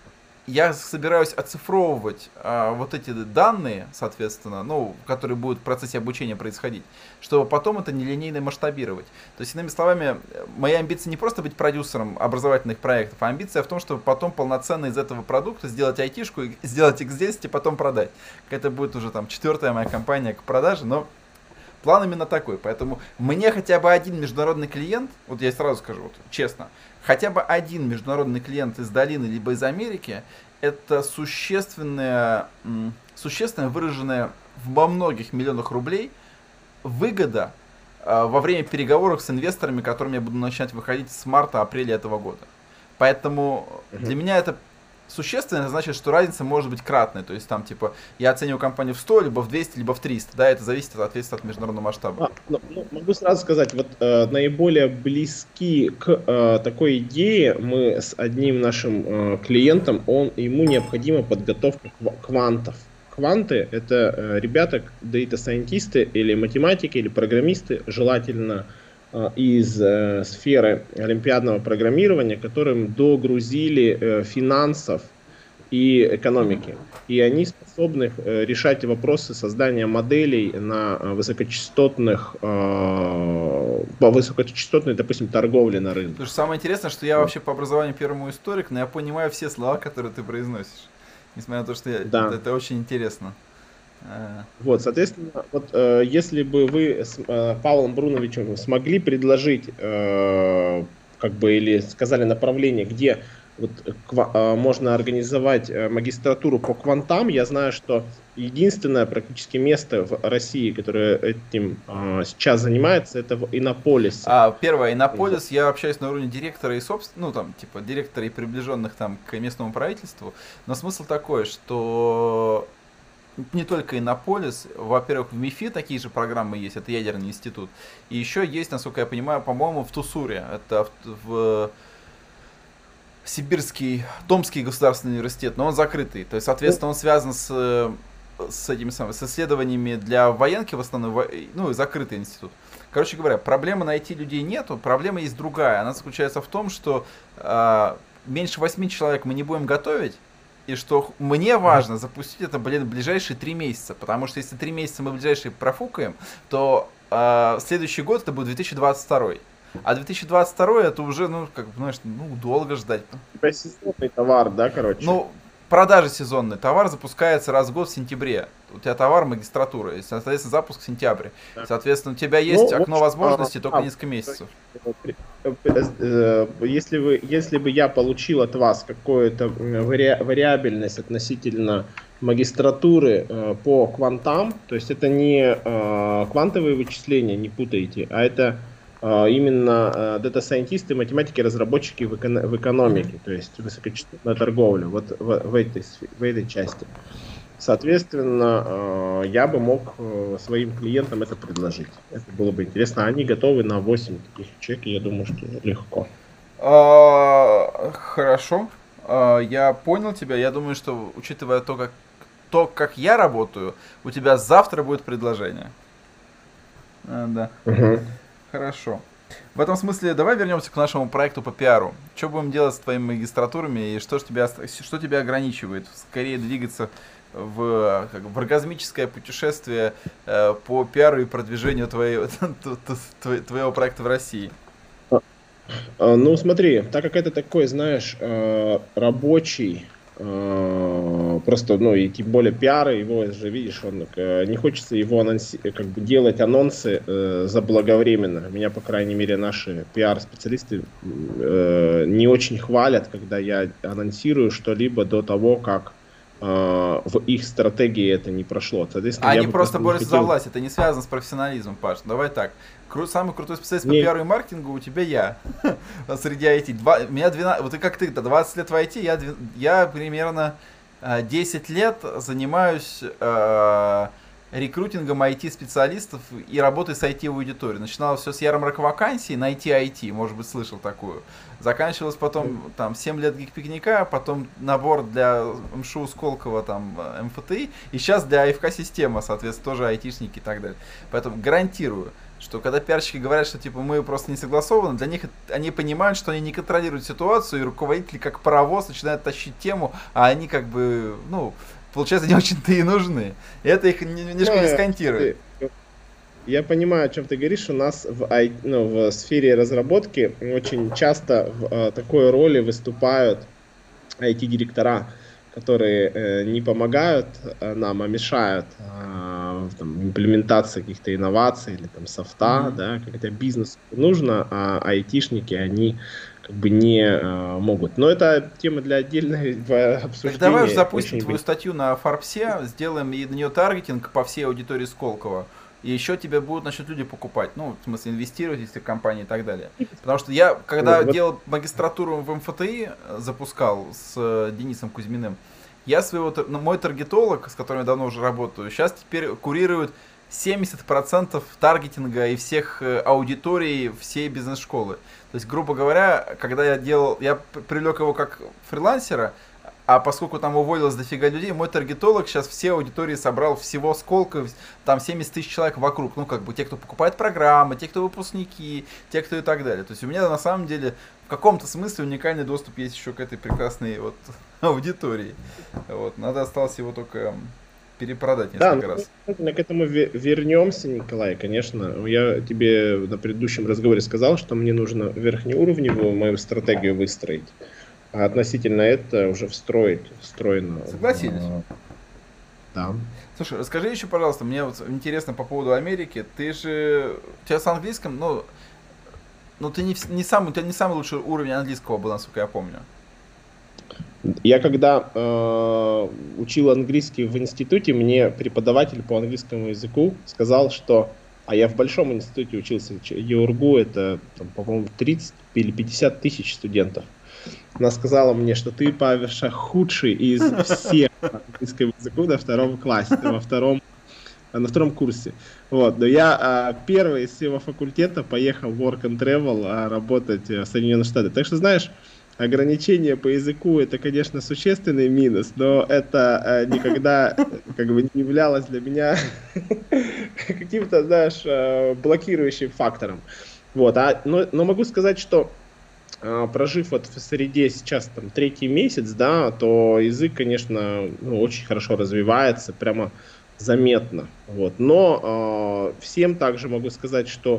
я собираюсь оцифровывать а, вот эти данные, соответственно, ну, которые будут в процессе обучения происходить, чтобы потом это нелинейно масштабировать. То есть, иными словами, моя амбиция не просто быть продюсером образовательных проектов, а амбиция в том, чтобы потом полноценно из этого продукта сделать айтишку, сделать икс десять и потом продать. Это будет уже там четвертая моя компания к продаже, но план именно такой. Поэтому мне хотя бы один международный клиент, вот я сразу скажу, вот, честно, хотя бы один международный клиент из долины либо из Америки, это существенная, существенная выраженная во многих миллионах рублей выгода а, во время переговоров с инвесторами, которыми я буду начинать выходить с марта-апреля этого года. Поэтому для меня это существенно, это значит, что разница может быть кратной. То есть там типа я оцениваю компанию в сто, либо в двести, либо в триста. Да, это зависит, соответственно, от международного масштаба. А, ну, ну, могу сразу сказать, вот э, наиболее близки к э, такой идее мы с одним нашим э, клиентом, он, ему необходима подготовка квантов. Кванты — это э, ребята, дейта-сайентисты или математики, или программисты, желательно э, из э, сферы олимпиадного программирования, которым догрузили э, финансов и экономики. И они способны э, решать вопросы создания моделей на высокочастотных, э, по высокочастотной, допустим, торговле на рынке. Потому что самое интересное, что я вообще по образованию первому историк, но я понимаю все слова, которые ты произносишь. Несмотря на то, что я, Да. это, это очень интересно. Вот, соответственно, вот, э, если бы вы с э, Павлом Бруновичем смогли предложить, э, как бы, или сказали направление, где вот, ква- э, можно организовать э, магистратуру по квантам, я знаю, что единственное практически место в России, которое этим э, сейчас занимается, это в Иннополисе. А, первое, Иннополис, я общаюсь на уровне директора и собственно, ну там, типа, директора и приближенных там к местному правительству, но смысл такой, что не только Иннополис, во-первых, в МИФИ такие же программы есть, это ядерный институт, и еще есть, насколько я понимаю, по-моему, в Тусуре, это в, в Сибирский, Томский государственный университет, но он закрытый, то есть, соответственно, он связан с, с этими самыми, с исследованиями для военки в основном, ну, закрытый институт. Короче говоря, проблемы найти людей нету, проблема есть другая, она заключается в том, что э, меньше восьми человек мы не будем готовить, и что мне важно запустить это, блин, в ближайшие три месяца, потому что если три месяца мы в ближайшие профукаем, то э, следующий год это будет две тысячи двадцать второй. А две тысячи двадцать второй это уже, ну, как бы, знаешь, ну, долго ждать. У тебя сезонный товар, да, короче? Ну, продажи сезонные. Товар запускается раз в год в сенябре. У тебя товар магистратура, и, соответственно, запуск в сентябре. Да. Соответственно, у тебя есть Ну, окно вот, возможностей а, только а, несколько месяцев. Если, вы, если бы я получил от вас какую-то вари, вариабельность относительно магистратуры э, по квантам, то есть это не э, квантовые вычисления, не путайте, а это э, именно дата-сайентисты, математики, разработчики в, эко, в экономике, mm-hmm. то есть высокочастотная торговля, вот в, в, этой, в этой части. Соответственно, я бы мог своим клиентам это предложить. Это было бы интересно. Они готовы на восемь таких чек, я думаю, что легко. А, хорошо. А, я понял тебя. Я думаю, что, учитывая то как, то, как я работаю, у тебя завтра будет предложение. А, да. Угу. Хорошо. В этом смысле давай вернемся к нашему проекту по пиару. Что будем делать с твоими магистратурами и что, ж тебя, что тебя ограничивает? Скорее двигаться в, как, в оргазмическое путешествие э, по пиару и продвижению твоего, твоего проекта в России? Ну, смотри, так как это такой, знаешь, рабочий, просто, ну, и тем более пиар, его же, видишь, он, не хочется его анонси, как бы делать анонсы заблаговременно. Меня, по крайней мере, наши пиар-специалисты не очень хвалят, когда я анонсирую что-либо до того, как э, в их стратегии это не прошло. Соответственно, я Они бы просто не борются за хотел... власть, это не связано с профессионализмом, Паш. Давай так. Кру- самый крутой специалист по Не, пиару и маркетингу у тебя я. Среди ай ти. Два, меня двенадцать, вот и как ты, двадцать лет в ай ти, я, дв- я примерно э, десять лет занимаюсь э, рекрутингом ай ти-специалистов и работой с ай ти-аудиторией. Начиналось все с ярмарок вакансий на ай ти-ай ти, может быть, слышал такую. Заканчивалось потом там семь лет гик-пикника, потом набор для МШУ Сколково, там эм эф тэ и, и сейчас для эй эф ка-система, соответственно, тоже айтишники и так далее. Поэтому гарантирую, что когда пиарщики говорят, что типа мы просто не согласованы, для них они понимают, что они не контролируют ситуацию, и руководители как паровоз начинают тащить тему, а они как бы, ну, получается, не очень-то и нужны. И это их немножко ну, дисконтирует. я понимаю, о чем ты говоришь. У нас в, ай, ну, в сфере разработки очень часто в э, такой роли выступают ай ти-директора, которые э, не помогают э, нам, а мешают э, в там, имплементации каких-то инноваций или там софта, Mm-hmm. да, когда бизнесу нужно, а айтишники, они как бы не э, могут. Но это тема для отдельного обсуждения. Так давай уже запустим Очень... твою статью на Форбсе, сделаем на нее таргетинг по всей аудитории Сколково. И еще тебя будут начнут люди покупать. Ну, в смысле, инвестировать, если в компании и так далее. Потому что я, когда Вот, вот. делал магистратуру в эм эф тэ и, запускал с Денисом Кузьминым, я своего, ну, мой таргетолог, с которым я давно уже работаю, сейчас теперь курирует семьдесят процентов таргетинга и всех аудиторий всей бизнес-школы. То есть, грубо говоря, когда я делал, я привлек его как фрилансера, а поскольку там уволилось дофига людей, мой таргетолог сейчас все аудитории собрал всего сколько, там семьдесят тысяч человек вокруг. Ну, как бы те, кто покупает программы, те, кто выпускники, те, кто и так далее. То есть у меня на самом деле в каком-то смысле уникальный доступ есть еще к этой прекрасной вот аудитории. Вот. Надо осталось его только перепродать несколько Да, раз. ну, к этому вернемся, Николай, конечно. Я тебе на предыдущем разговоре сказал, что мне нужно верхнеуровневую мою стратегию выстроить. А относительно это уже встроить, встроено. Согласились. Да. Слушай, расскажи еще, пожалуйста, мне вот интересно по поводу Америки. Ты же, у тебя с английским, ну, ну ты не, не самый, у тебя не самый лучший уровень английского был, насколько я помню. Я когда э, учил английский в институте, мне преподаватель по английскому языку сказал, что, а я в большом институте учился, ЮРГУ, это, там, по-моему, тридцать или пятьдесят тысяч студентов. Она сказала мне, что ты, Павеша, худший из всех по английскому языку на втором классе, во втором, на втором курсе. Вот. Но я а, первый из всего факультета поехал в Work and Travel а, работать в Соединенные Штаты. Так что, знаешь, ограничения по языку это, конечно, существенный минус, но это а, никогда как бы не являлось для меня каким-то, знаешь, блокирующим фактором. Вот. А, но, но могу сказать, что прожив вот в среде сейчас там третий месяц, да, то язык, конечно, ну, очень хорошо развивается, прямо заметно. Вот. Но э, всем также могу сказать, что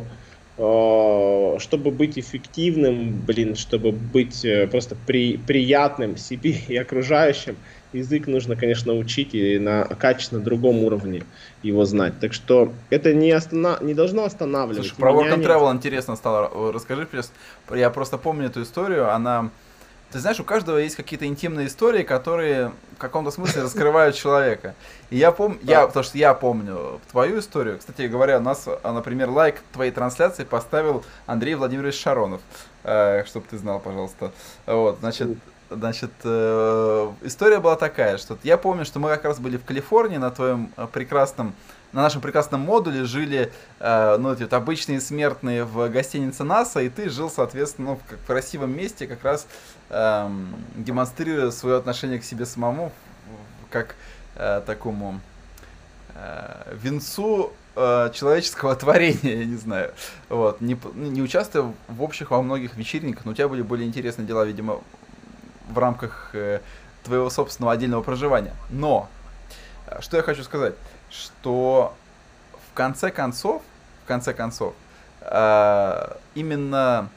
э, чтобы быть эффективным, блин, чтобы быть э, просто при, приятным себе и окружающим, язык нужно, конечно, учить и на качественно другом уровне его знать. Так что это не, останов... не должно останавливать. Слушай, про Work and не... Travel интересно стало. Расскажи, я просто помню эту историю, она... Ты знаешь, у каждого есть какие-то интимные истории, которые в каком-то смысле раскрывают человека. И я помню, да. я, потому что я помню твою историю. Кстати говоря, у нас, например, лайк твоей трансляции поставил Андрей Владимирович Шаронов. Э, чтобы ты знал, пожалуйста. Вот, значит... Значит, э, история была такая, что я помню, что мы как раз были в Калифорнии на твоем прекрасном, на нашем прекрасном модуле жили, э, ну, эти вот обычные смертные в гостинице НАСА, и ты жил, соответственно, ну, в, как в красивом месте, как раз э, демонстрируя свое отношение к себе самому, как э, такому э, венцу э, человеческого творения, я не знаю. Вот, не, не участвуя в общих во многих вечеринках, но у тебя были более интересные дела, видимо, в рамках э, твоего собственного отдельного проживания. Но, что я хочу сказать, что в конце концов, в конце концов, э, именно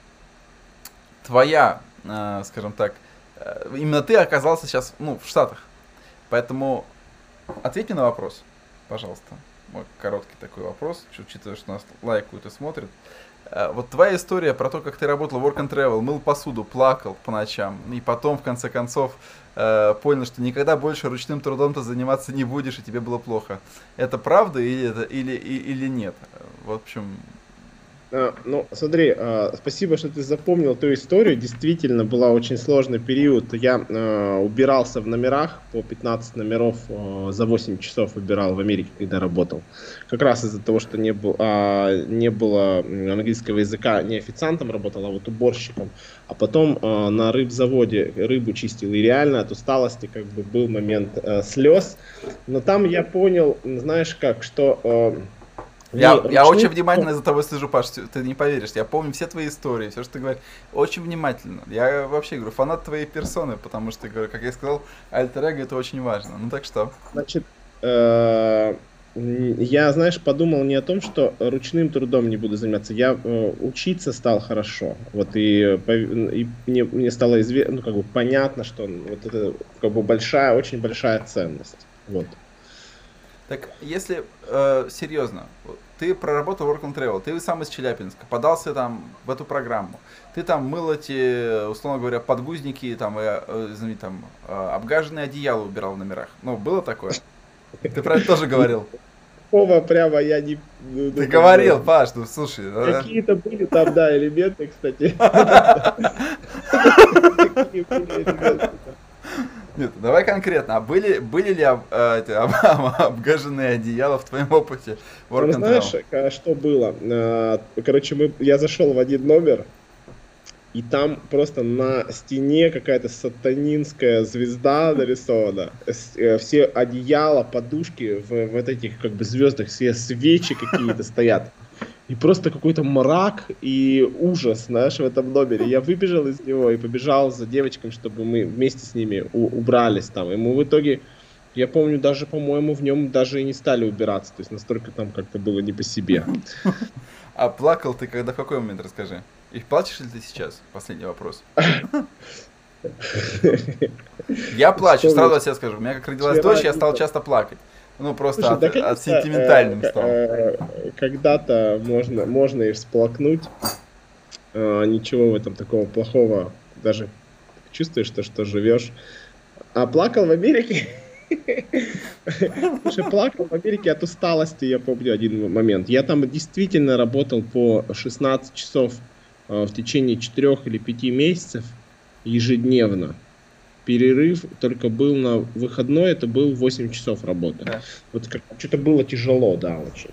твоя, э, скажем так, э, именно ты оказался сейчас, ну, в Штатах. Поэтому ответь мне на вопрос, пожалуйста. Мой короткий такой вопрос, учитывая, что нас лайкают и смотрят. Вот твоя история про то, как ты работал в Work and Travel, мыл посуду, плакал по ночам, и потом, в конце концов, э, понял, что никогда больше ручным трудом ты заниматься не будешь, и тебе было плохо. Это правда или, это, или, и- или нет? В общем, А, Ну, смотри, а, спасибо, что ты запомнил ту историю. Действительно, был очень сложный период. Я а, убирался в номерах, по пятнадцать номеров а, за восемь часов убирал в Америке, когда работал. Как раз из-за того, что не, был, а, не было м, английского языка, не официантом работал, а вот уборщиком. А потом а, на рыбзаводе рыбу чистил. И реально от усталости как бы был момент а, слез. Но там я понял, знаешь как, что... а, Я, не я ручным очень внимательно за тобой слежу, Паш, ты ты не поверишь. Я помню все твои истории, все, что ты говоришь. Очень внимательно. Я вообще говорю, фанат твоей персоны, потому что, говорю, как я сказал, альтер-эго это очень важно. Ну так что, Значит, э, м, я, знаешь, подумал не о том, что ручным трудом не буду заниматься. Я э, учиться стал хорошо. Вот и, э, пов- и мне, мне стало изве- ну, как бы понятно, что вот это как бы большая, очень большая ценность. Вот. так если э, серьезно, вот ты проработал Work and Travel, ты сам из Челябинска, подался там в эту программу, ты там мыл эти, условно говоря, подгузники, там, и, э, извини, там, э, обгаженные одеяла убирал в номерах. Ну, было такое? Ты про это тоже говорил. Такого прямо я не... ну, Ты ну, как говорил, бы, Паш, ну слушай, э, какие-то были там, да, элементы, кстати. Такие были элементы. нет, давай конкретно, а были, были ли об- э, эти об- обгаженные одеяла в твоем опыте Work Там and знаешь, Travel? э, что было? Э, Короче, мы, я зашел в один номер, и там просто на стене какая-то сатанинская звезда нарисована. С- э, Все одеяла, подушки в, в вот этих как бы звездах, все свечи какие-то стоят. И просто какой-то мрак и ужас, знаешь, в этом номере. Я выбежал из него и побежал за девочками, чтобы мы вместе с ними у- убрались там. И мы в итоге, я помню, даже, по-моему, в нем даже и не стали убираться. То есть настолько там как-то было не по себе. А плакал ты когда, в какой момент, расскажи? И плачешь ли ты сейчас? Последний вопрос. Я плачу, Вспомнил, сразу себе скажу. У меня как родилась вчера дочь, я стал видел. часто плакать. Ну, просто Слушай, от, да, от конечно, э, сентиментальным к- стал. э, когда-то можно, можно и всплакнуть. Э, ничего в этом такого плохого. Даже чувствуешь, то, что живешь. А плакал в Америке? Слушай, плакал в Америке от усталости, я помню один момент. Я там действительно работал по шестнадцать часов э, в течение четырёх или пяти месяцев ежедневно. Перерыв только был на выходной, это был восемь часов работы. Да. Вот как- что-то было тяжело, да, очень.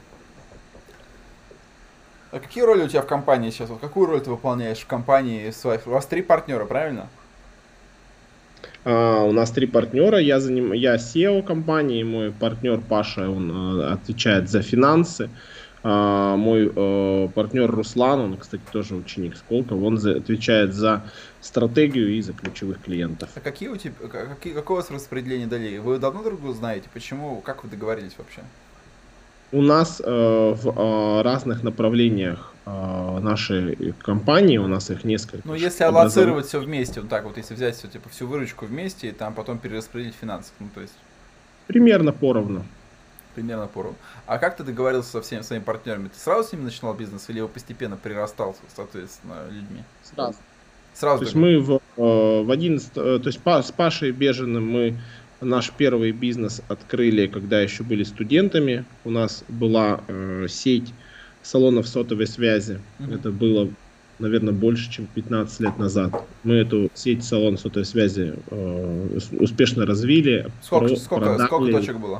А какие роли у тебя в компании сейчас? Вот какую роль ты выполняешь в компании своих? У вас три партнера, правильно? А, у нас три партнера. Я, заним... я сео компании, мой партнер Паша, он э, отвечает за финансы. А, мой э, партнер Руслан, он, кстати, тоже ученик Сколково, он за... отвечает за стратегию и за ключевых клиентов. А какие у тебя, ка- какие, какое у вас распределение долей? Вы давно друг друга знаете? Почему? Как вы договорились вообще? У нас э, в э, разных направлениях э, нашей компании, у нас их несколько. Ну, если образов- аллоцировать все вместе, вот так вот, если взять все, типа, всю выручку вместе и там потом перераспределить финансы, ну, то есть Примерно поровну. примерно поровну. А как ты договорился со всеми своими партнерами? Ты сразу с ними начинал бизнес или его постепенно прирастал, соответственно, людьми? Сразу. Сразу То есть договор- мы в, э, в одиннадцать, э, то есть па- с Пашей Бежиным мы наш первый бизнес открыли, когда еще были студентами. У нас была э, сеть салонов сотовой связи. Мгм. Это было, наверное, больше, чем пятнадцать лет назад. Мы эту сеть салонов сотовой связи э, ус- успешно развили. Сколько, про- сколько, продали. сколько точек было?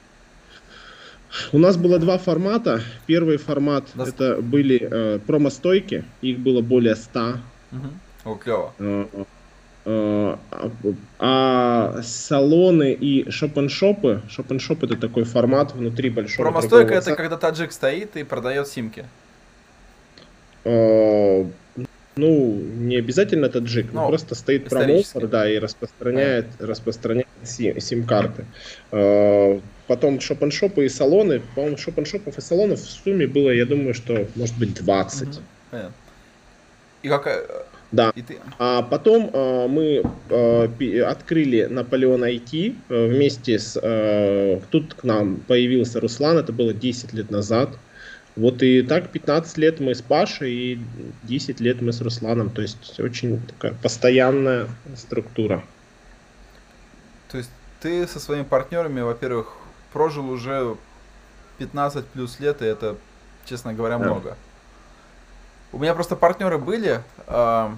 У нас было два формата. Первый формат Да. это были э, промо-стойки. Их было более ста. Мгм. О, клево. Э, э, А а салоны и шоп-н-шопы, шоп-н-шоп это такой формат внутри большого Промостойка торгового это когда таджик стоит и продает симки. центра. Э, Ну, не обязательно таджик, Ну, но просто стоит исторически. промоутер, да, и распространяет, распространяет си- сим-карты. Э, Потом шоп-н-шопы и салоны. По-моему, шоп-н-шопов и салонов в сумме было, я думаю, что может быть двадцать. Мгм. Понятно. И какая... Да. И ты... А потом э, мы э, пи- открыли Наполеон ай ти э, вместе с... э, тут к нам появился Руслан, это было десять лет назад. Вот и так пятнадцать лет мы с Пашей и десять лет мы с Русланом. То есть очень такая постоянная структура. То есть ты со своими партнерами, во-первых, прожил уже пятнадцать плюс лет, и это, честно говоря, Да. много. У меня просто партнеры были, а,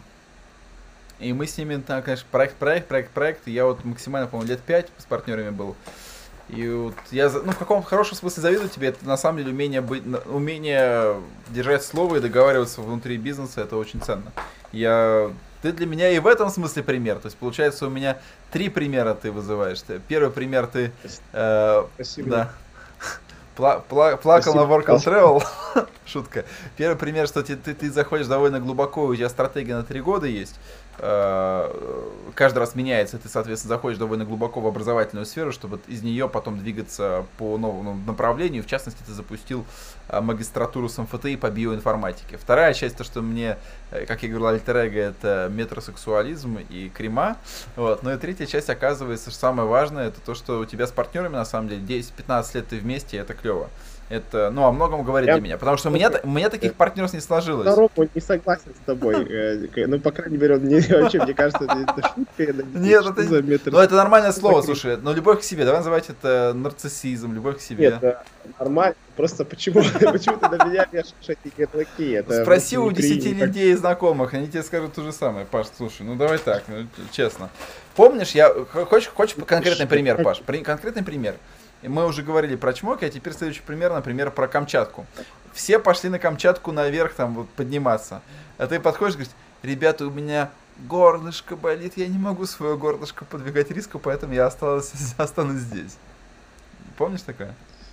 и мы с ними, там, конечно, проект, проект, проект, проект. И я вот максимально, по-моему, лет пять с партнерами был. И вот я, за- ну, в каком-то хорошем смысле завидую тебе. Это на самом деле умение быть, на- умение держать слово и договариваться внутри бизнеса, это очень ценно. Я, ты для меня и в этом смысле пример. То есть, получается, у меня три примера ты вызываешь. Ты- Первый пример ты, э, Спасибо. да, Пла- пла- плакал Спасибо. на Work and Travel. Шутка. Первый пример, что ты, ты, ты заходишь довольно глубоко, у тебя стратегия на три года есть. Э, Каждый раз меняется, ты, соответственно, заходишь довольно глубоко в образовательную сферу, чтобы из нее потом двигаться по новому направлению. В частности, ты запустил э, магистратуру с эм эф тэ и по биоинформатике. Вторая часть, то, что мне, э, как я говорил, альтер-эго, это метросексуализм и крема. Вот. Ну и третья часть, оказывается, что самое важное, это то, что у тебя с партнерами, на самом деле, десять-пятнадцать лет ты вместе, и это клево. Это, ну, о многом говорит Я для меня, потому что у меня, у меня таких партнерств не сложилось. Здорово, он не согласен с тобой. Э, к- Ну, по крайней мере, он не вообще, мне кажется, это, это шутка. это не- Нет, что это, за метр- ну, это нормальное слово, закрыть? слушай, но любовь к себе, давай называть это нарциссизм, любовь к себе. Нет, это нормально. Просто почему, почему ты на меня вешаешь эти ярлыки? Это Спроси вот у не при- десяти никак- людей знакомых, они тебе скажут то же самое. Паш, слушай, ну давай так, ну, честно. Помнишь, я... х- Хочешь, хочешь конкретный пример, Паш? При- Конкретный пример. И мы уже говорили про чмоки, а теперь следующий пример, например, про Камчатку. Все пошли на Камчатку наверх, там, вот, подниматься. А ты подходишь и говоришь, ребята, у меня горлышко болит, я не могу свое горлышко подвигать риску, поэтому я осталась, останусь здесь. Помнишь такое?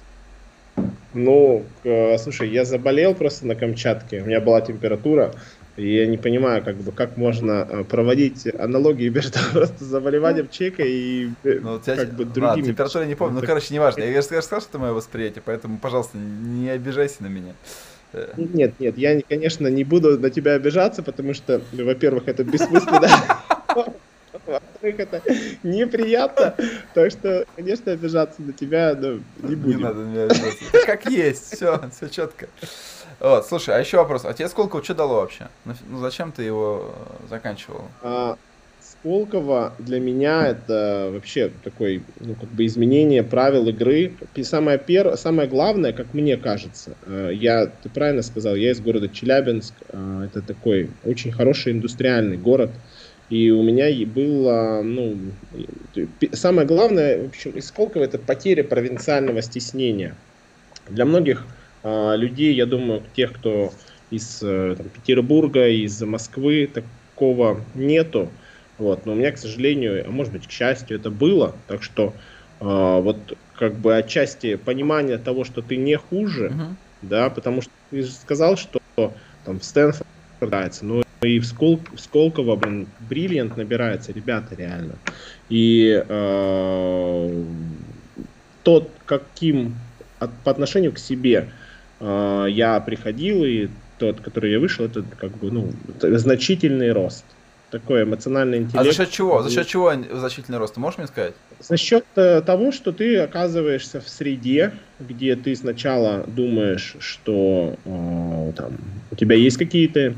Ну, э, слушай, я заболел просто на Камчатке, у меня была температура, и я не понимаю, как бы, как можно э, проводить аналогии между просто заболеванием человека и э, Ну, у тебя как бы ладно, другими. температуру я не помню. Ну, Так- короче, неважно. Я же сказал, что это мое восприятие, поэтому, пожалуйста, не обижайся на меня. Э, Нет, нет, я, не- конечно, не буду на тебя обижаться, потому что, ну, во-первых, это бессмысленно, во-вторых, это неприятно, так что, конечно, обижаться на тебя ну, не Не будем. надо на меня обижаться. Это как есть, все, все четко. Вот, слушай, а еще вопрос. А тебе Сколково что дало вообще? Ну, ф- ну, зачем ты его э, заканчивал? А, Сколково для меня это вообще такое, ну, как бы изменение правил игры. И самое, пер... самое главное, как мне кажется, э, я, ты правильно сказал, я из города Челябинск, э, это такой очень хороший индустриальный город. И у меня и было, ну, и- пи- самое главное, в общем, из Сколково это потеря провинциального стеснения. Для многих а, людей, я думаю, тех, кто из э, там, Петербурга, из Москвы, такого нету. Вот. Но у меня, к сожалению, а может быть, к счастью, это было. Так что а, вот как бы отчасти понимание того, что ты не хуже, Мгм. да, потому что ты же сказал, что там в Стэнфорд набирается, но и в, Скол... в Сколково, блин, бриллиант набирается, ребята, реально. И э, тот, каким от- по отношению к себе э, я приходил, и тот, который я вышел, это как бы, ну, это значительный рост. Такой эмоциональный А интеллект. за счет чего? За счет чего значительный рост? Ты можешь мне сказать? За счет э, того, что ты оказываешься в среде, где ты сначала думаешь, что э, там, у тебя есть какие-то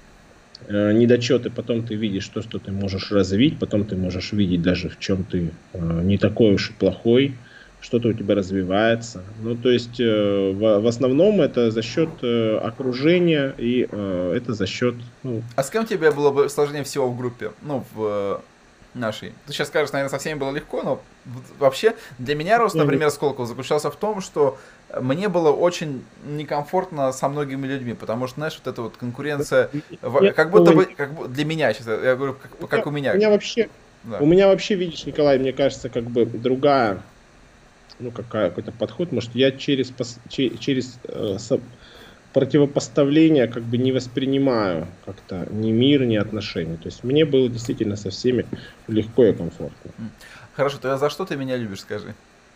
э, недочеты, потом ты видишь то, что ты можешь развить, потом ты можешь видеть даже в чем ты э, не такой уж и плохой, что-то у тебя развивается. Ну, то есть э, в, в основном это за счет э, окружения и э, это за счет ну, А с кем тебе было бы сложнее всего в группе? Ну, в э, нашей. Ты сейчас скажешь, наверное, со всеми было легко, но вот вообще для меня рост, Не, не. например, Сколково заключался в том, что мне было очень некомфортно со многими людьми, потому что, знаешь, вот эта вот конкуренция, в- Нет, как будто было бы, как бу- для меня сейчас, я говорю, как, как у меня. У меня вообще Да. У меня вообще, видишь, Николай, мне кажется, как бы другая, ну, какая, какой-то подход. Может, я через, пос- че- через э, со- противопоставление как бы не воспринимаю как-то ни мир, ни отношения. То есть мне было действительно со всеми легко и комфортно. Хорошо, тогда за что ты меня любишь, скажи?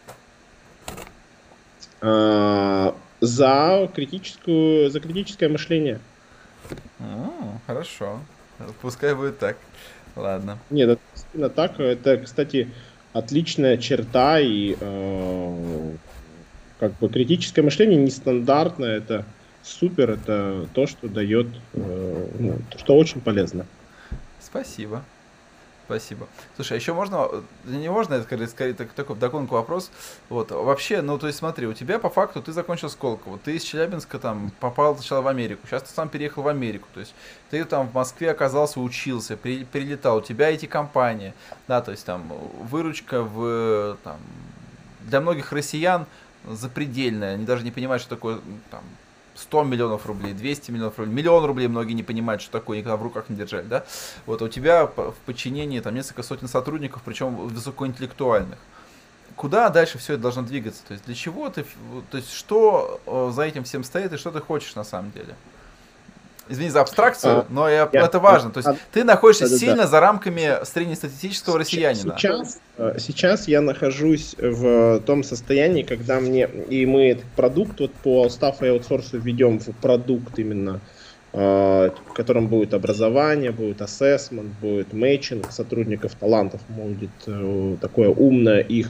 А, за критическую, за критическое мышление. М, Хорошо, пускай будет так. Ладно. Нет, это действительно так. Это, кстати, отличная черта и э, как бы критическое мышление нестандартное. Это супер, это то, что дает, э, ну, то, что очень полезно. Спасибо. Спасибо. Слушай, а еще можно, не можно, это скорее, скорее так- такой вдогонку вопрос. Вот, вообще, ну, то есть смотри, у тебя по факту ты закончил Сколково, ты из Челябинска там попал сначала в Америку, сейчас ты сам переехал в Америку, то есть ты там в Москве оказался, учился, при- перелетал, у тебя эти компании, да, то есть там выручка в, там, для многих россиян запредельная, они даже не понимают, что такое там сто миллионов рублей, двести миллионов рублей, миллион рублей многие не понимают, что такое, никогда в руках не держали, да? Вот, а у тебя в подчинении там несколько сотен сотрудников, причем высокоинтеллектуальных. Куда дальше все это должно двигаться? То есть для чего ты, то есть что э, за этим всем стоит и что ты хочешь на самом деле? Извини за абстракцию, А, но я, я, это важно. То есть а, ты находишься да-да-да. сильно за рамками среднестатистического Сейчас, россиянина. сейчас, э, сейчас я нахожусь в том состоянии, когда мне, и мы этот продукт вот по стаффу и аутсорсу ведем в продукт именно, э, в котором будет образование, будет ассессмент, будет мэйчинг сотрудников, талантов, будет э, такое умное их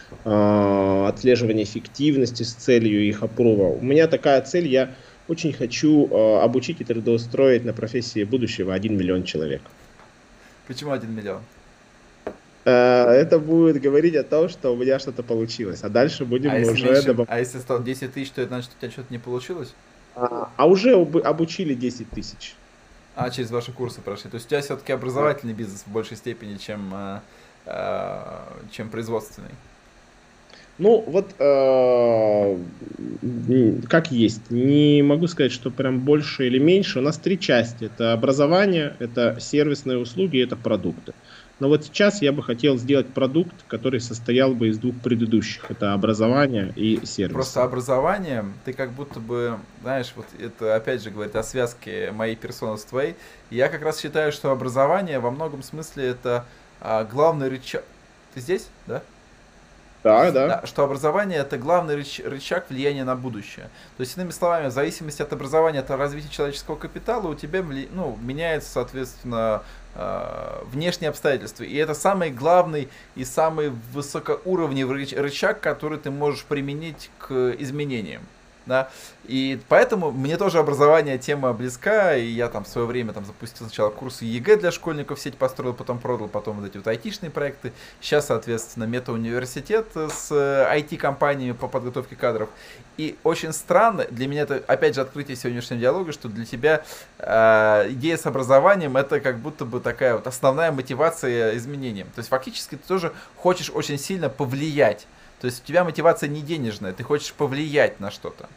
э, отслеживание эффективности с целью их аппрува. У меня такая цель, я очень хочу э, обучить и трудоустроить на профессии будущего один миллион человек. Почему один миллион? Это будет говорить о том, что у меня что-то получилось. А дальше А будем если уже меньше, добавлять. а если стало десять тысяч, то это значит, у тебя что-то не получилось? А, а уже об- обучили десять тысяч. А, через ваши курсы прошли. То есть у тебя все-таки образовательный бизнес в большей степени, чем, э, э, чем производственный. Ну, вот э, м, как есть. Не могу сказать, что прям больше или меньше. У нас три части. Это образование, это сервисные услуги, это продукты. Но вот сейчас я бы хотел сделать продукт, который состоял бы из двух предыдущих. Это образование и Просто сервисы. образование, ты как будто бы, знаешь, вот это опять же говорит о связке моей персоны с твоей. И я как раз считаю, что образование во многом смысле это а, главный рычаг. Ты здесь, да? Да, да. Да, что образование это главный рыч- рычаг влияния на будущее. То есть, иными словами, в зависимости от образования, от развития человеческого капитала, у тебя вли- ну, меняется, соответственно, э, внешние обстоятельства. И это самый главный и самый высокоуровневый рыч- рычаг, который ты можешь применить к изменениям. Да? И поэтому мне тоже образование тема близка, и я там в свое время там запустил сначала курсы ЕГЭ для школьников, сеть построил, потом продал, потом вот эти вот айтишные проекты. Сейчас, соответственно, мета-университет с ай ти-компаниями по подготовке кадров. И очень странно, для меня это, опять же, открытие сегодняшнего диалога, что для тебя э, идея с образованием это как будто бы такая вот основная мотивация изменениям. То есть фактически ты тоже хочешь очень сильно повлиять. То есть у тебя мотивация не денежная, ты хочешь повлиять на что-то.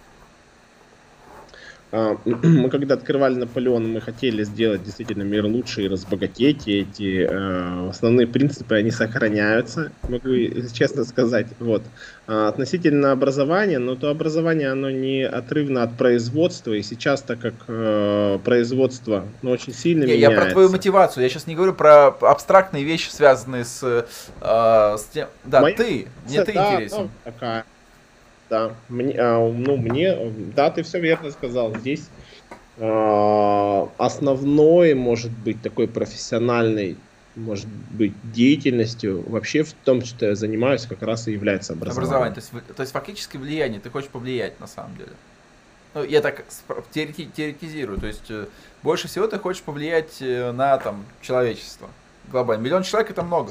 А, Мы когда открывали Наполеон, мы хотели сделать действительно мир лучше и разбогатеть. И эти э, основные принципы, они сохраняются, могу и честно сказать. Вот. А относительно образования, но то образование, оно не отрывно от производства. И сейчас, так как э, производство ну, очень сильно Не, я про твою меняется. мотивацию. Я сейчас не говорю про абстрактные вещи, связанные с, э, с тем. Да, Моя ты. Мне мотивация, ты да, интересен. да, такая. Да, мне, а, ну, мне, да, ты все верно сказал. Здесь а, основной, может быть, такой профессиональной, может быть, деятельностью вообще в том, что я занимаюсь, как раз и является Образование. образование. То есть, вы- то есть фактически влияние. Ты хочешь повлиять на самом деле. Ну, я так спро- теорети- теоретизирую. То есть э, больше всего ты хочешь повлиять э, на там человечество. Глобально. Миллион человек это много.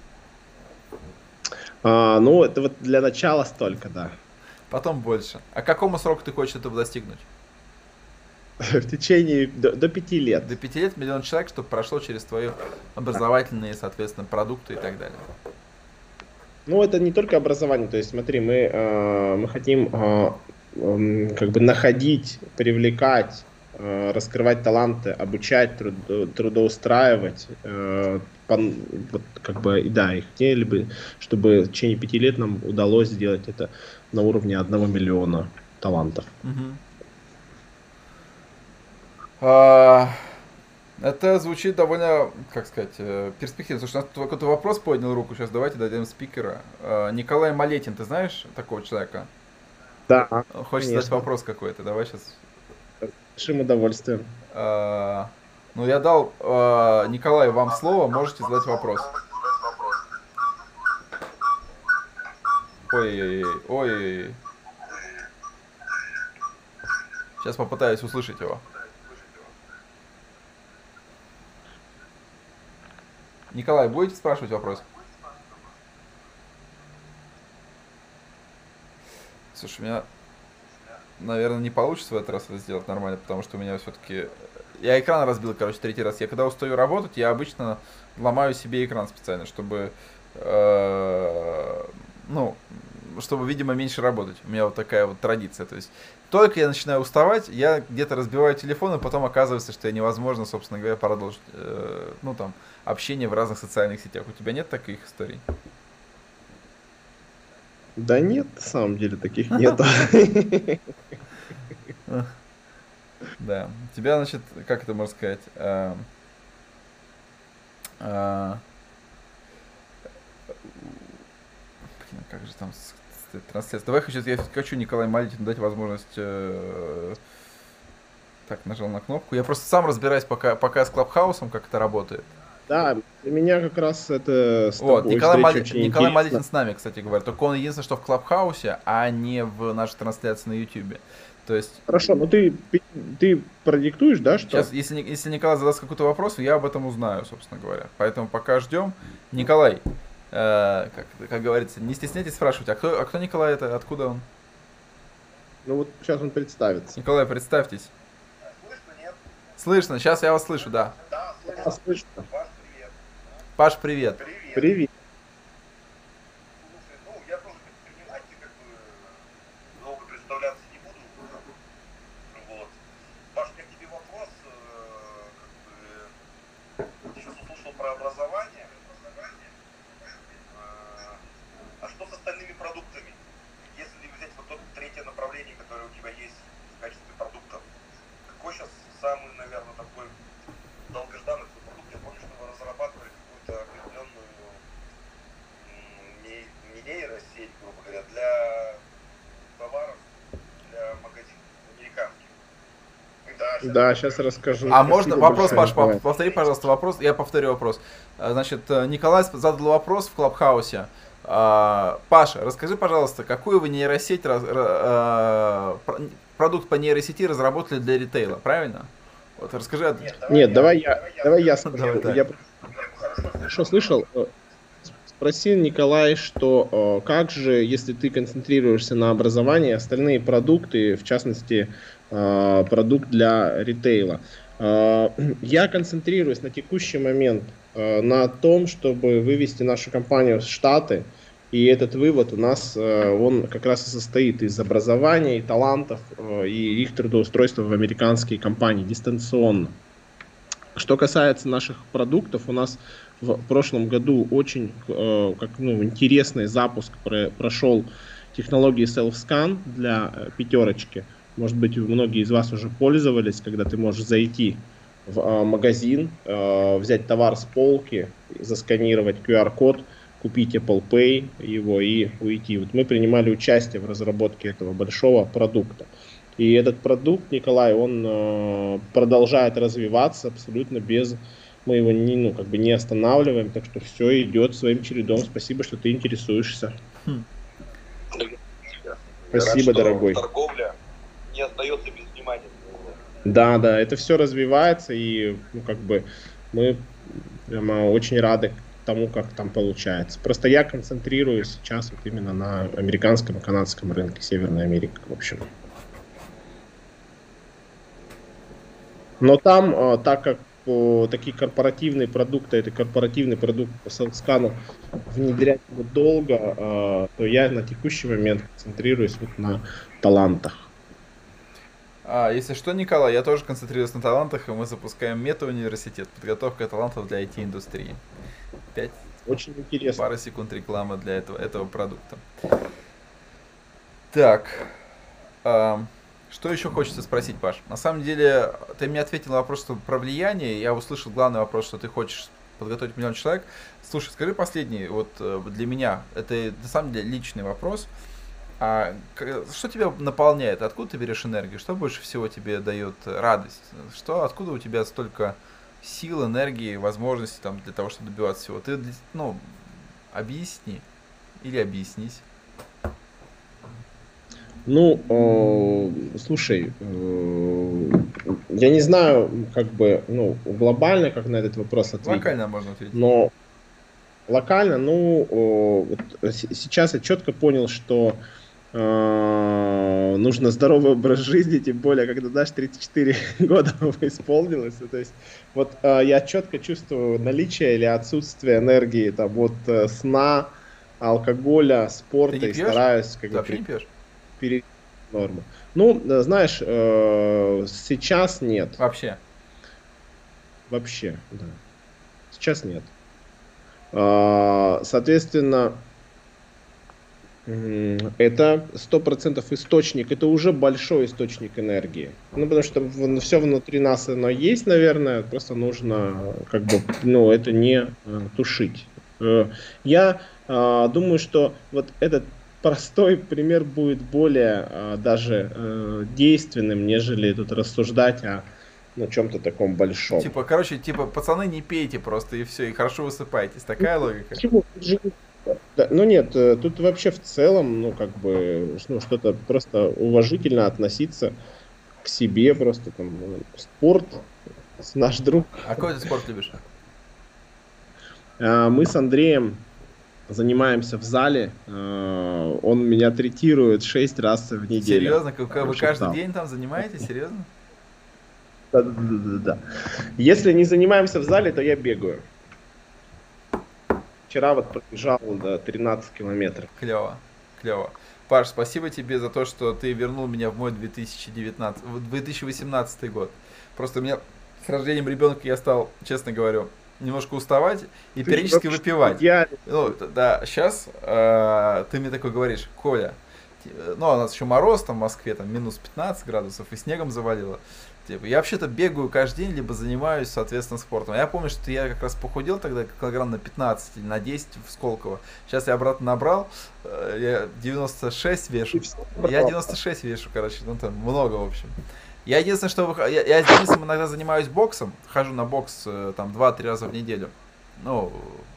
А, ну, это вот для начала столько, да. Потом больше. А к какому сроку ты хочешь этого достигнуть? В течение до, до пяти лет. До пяти лет миллион человек, чтобы прошло через твои образовательные, соответственно, продукты и так далее. Ну, это не только образование. То есть, смотри, мы, э, мы хотим э, м, как бы находить, привлекать, э, раскрывать таланты, обучать, труд- трудоустраивать. э, пон- вот, как бы, и да, и хотели бы, чтобы в течение пяти лет нам удалось сделать это на уровне одного миллиона талантов. Мгм. А, Это звучит довольно, как сказать, э, перспективно. Слушай, у нас тут какой-то вопрос поднял руку. Сейчас давайте дадим спикера. А, Николай Малетин, ты знаешь такого человека? Да, Хочется задать конечно. вопрос какой-то. Давай сейчас. С большим удовольствием. Ну, я дал а, Николай вам слово. Можете задать вопрос. Ой-ой-ой. Ой. Сейчас попытаюсь услышать его. Николай, будете спрашивать вопрос? Слушай, у меня, наверное, не получится в этот раз это сделать нормально, потому что у меня все-таки... Я экран разбил, короче, третий раз. Я когда устаю работать, я обычно ломаю себе экран специально, чтобы... э, ну, чтобы, видимо, меньше работать. У меня вот такая вот традиция. То есть, только я начинаю уставать, я где-то разбиваю телефон, и потом оказывается, что я невозможно, собственно говоря, продолжить, э, ну, там, общение в разных социальных сетях. У тебя нет таких историй? Да нет, на самом деле таких нет. Да. У тебя, значит, как это можно сказать? а, а, блин, как же там с- с- трансляция? Давай сейчас я хочу Николаю Малютину дать возможность. э, Так, нажал на кнопку. Я просто сам разбираюсь пока, пока с Клабхаусом, как это работает. Да, для меня как раз это с Вот, тобой Николай, встреча Мали- очень Николай интересна. Малютин с нами, кстати говоря. Только он единственное, что в Клабхаусе, а не в нашей трансляции на Ютубе. То есть, Хорошо, ну ты, ты продиктуешь, да, что? сейчас, если, Ни- если Николай задаст какой-то вопрос, я об этом узнаю, собственно говоря. Поэтому пока ждем. Николай, э, как, как говорится, не стесняйтесь спрашивать, а кто, а кто Николай это, откуда он? Ну вот сейчас он представится. Николай, представьтесь. Слышно, сейчас я вас слышу, да. Да, слышно. Паш, привет. Привет. Слушай, ну, я тоже предприниматель, как бы долго представляться не буду. Вот. Паш, у меня к тебе вопрос. э, Как бы, сейчас услышал про образование. Э, А что с остальными продуктами? Если взять вот то третье направление, которое у тебя есть в качестве продуктов, какой сейчас самый, наверное, такой долгожданный твой продукт? Я помню, что вы разрабатывали какую-то определенную м, не, не нейросеть, грубо говоря, для товаров, для магазинов американских. Да, сейчас Да, сейчас расскажу. А Спасибо можно вопрос, большое, Паш, Николай. пов- повтори, пожалуйста, вопрос. Я повторю вопрос. А, Значит, э, Николай сп- задал вопрос в Клабхаусе. А, Паша, расскажи, пожалуйста, какую вы нейросеть, раз- ра- а, про- продукт по нейросети разработали для ритейла, правильно? Вот расскажи. от- Нет, Нет, давай я, давай я Давай скажу. так. Я хорошо слышал. Э, Спросил Николай, что э, как же, если ты концентрируешься на образовании, остальные продукты, в частности, э, продукт для ритейла. Э, Я концентрируюсь на текущий момент э, на том, чтобы вывести нашу компанию в Штаты. И этот вывод у нас, э, он как раз и состоит из образования, и талантов, э, и их трудоустройства в американские компании дистанционно. Что касается наших продуктов, у нас в прошлом году очень э, как, ну, интересный запуск про- прошел технологии Self-Scan для э, пятерочки. Может быть, многие из вас уже пользовались, когда ты можешь зайти в э, магазин, э, взять товар с полки, засканировать ку ар-код, купить Apple Pay его и уйти. Вот мы принимали участие в разработке этого большого продукта. И этот продукт, Николай, он э, продолжает развиваться абсолютно без... Мы его не, ну, как бы не останавливаем, так что все идет своим чередом. Спасибо, что ты интересуешься. Хм. Спасибо, рад, что дорогой. торговля не остается без внимания. Да, да, это все развивается, и ну, как бы мы прямо очень рады тому, как там получается. Просто я концентрируюсь сейчас вот именно на американском и канадском рынке, Северной Америки, в общем. Но там, э, так как э, такие корпоративные продукты, это корпоративный продукт по селфскану, внедрять его долго, э, то я на текущий момент концентрируюсь вот на талантах. А, если что, Николай, я тоже концентрируюсь на талантах, и мы запускаем мета-университет, подготовка талантов для ай ти-индустрии. Пять, Очень интересно. пара секунд рекламы для этого, этого продукта. Так, ам, что еще хочется спросить, Паш? На самом деле, ты мне ответил на вопрос что про влияние, я услышал главный вопрос, что ты хочешь подготовить миллион человек. Слушай, скажи последний, вот э, для меня, это на самом деле личный вопрос. А к- что тебя наполняет? Откуда ты берешь энергию? Что больше всего тебе дает радость? Что, откуда у тебя столько сил, энергии, возможностей там, для того, чтобы добиваться всего? Ты, для- ну, объясни или объяснись. Ну, э, слушай, э, я не знаю, как бы, ну, глобально, как на этот вопрос ответить. Локально можно ответить. Но Локально, ну, о, вот с- сейчас я четко понял, что э, нужно здоровый образ жизни, тем более, когда даже тридцать четыре года исполнилось. Ну, то есть, вот э, я четко чувствую наличие или отсутствие энергии, там, вот э, сна, алкоголя, Ты спорта не и пьешь? стараюсь как Ты бы вообще не пьешь? перейти в норму. Ну, э, знаешь, э, сейчас нет, Вообще. вообще, да, сейчас нет. А, Соответственно, м, это сто процентов источник, это уже большой источник энергии. Ну, потому что все внутри нас оно есть, наверное, просто нужно э, как бы, ну, это не э, тушить. Э, Я а, думаю, что вот этот простой пример будет более а, даже э, действенным, нежели тут рассуждать о ну, чем-то таком большом. Типа, короче, типа, пацаны, не пейте просто, и все, и хорошо высыпайтесь. Такая логика. Почему? Тут же да, ну нет, э, тут вообще в целом, ну как бы, ну что-то просто уважительно относиться к себе, просто там э, спорт, с- наш друг. А какой ты спорт любишь? А, Мы с Андреем занимаемся в зале, э, он меня третирует шесть раз в неделю. Серьезно? Как- Вы каждый Шептал. день там занимаетесь? Серьезно? Да, да, да, да, да. Если не занимаемся в зале, то я бегаю. Вчера вот пробежал до тринадцать километров. Клево, клево. Паш, спасибо тебе за то, что ты вернул меня в мой две тысячи девятнадцатый, в две тысячи восемнадцатый год. Просто у меня с рождением ребенка я стал, честно говорю, немножко уставать и Ты же периодически вообще выпивать. идеален. Ну, т- да, сейчас ты мне такой говоришь, Коля, ти- э, ну, а у нас еще мороз там в Москве, там минус пятнадцать градусов, и снегом завалило. Типа, я вообще-то бегаю каждый день, либо занимаюсь, соответственно, спортом. Я помню, что я как раз похудел тогда килограмм на пятнадцать или на десять в Сколково. Сейчас я обратно набрал, э, я девяносто шесть Ты вешу. всё Я брал. девяносто шесть вешу, короче, ну там много, в общем. Я единственное, что вых- я, я с Денисом иногда занимаюсь боксом, хожу на бокс э, там два-три раза в неделю. Ну,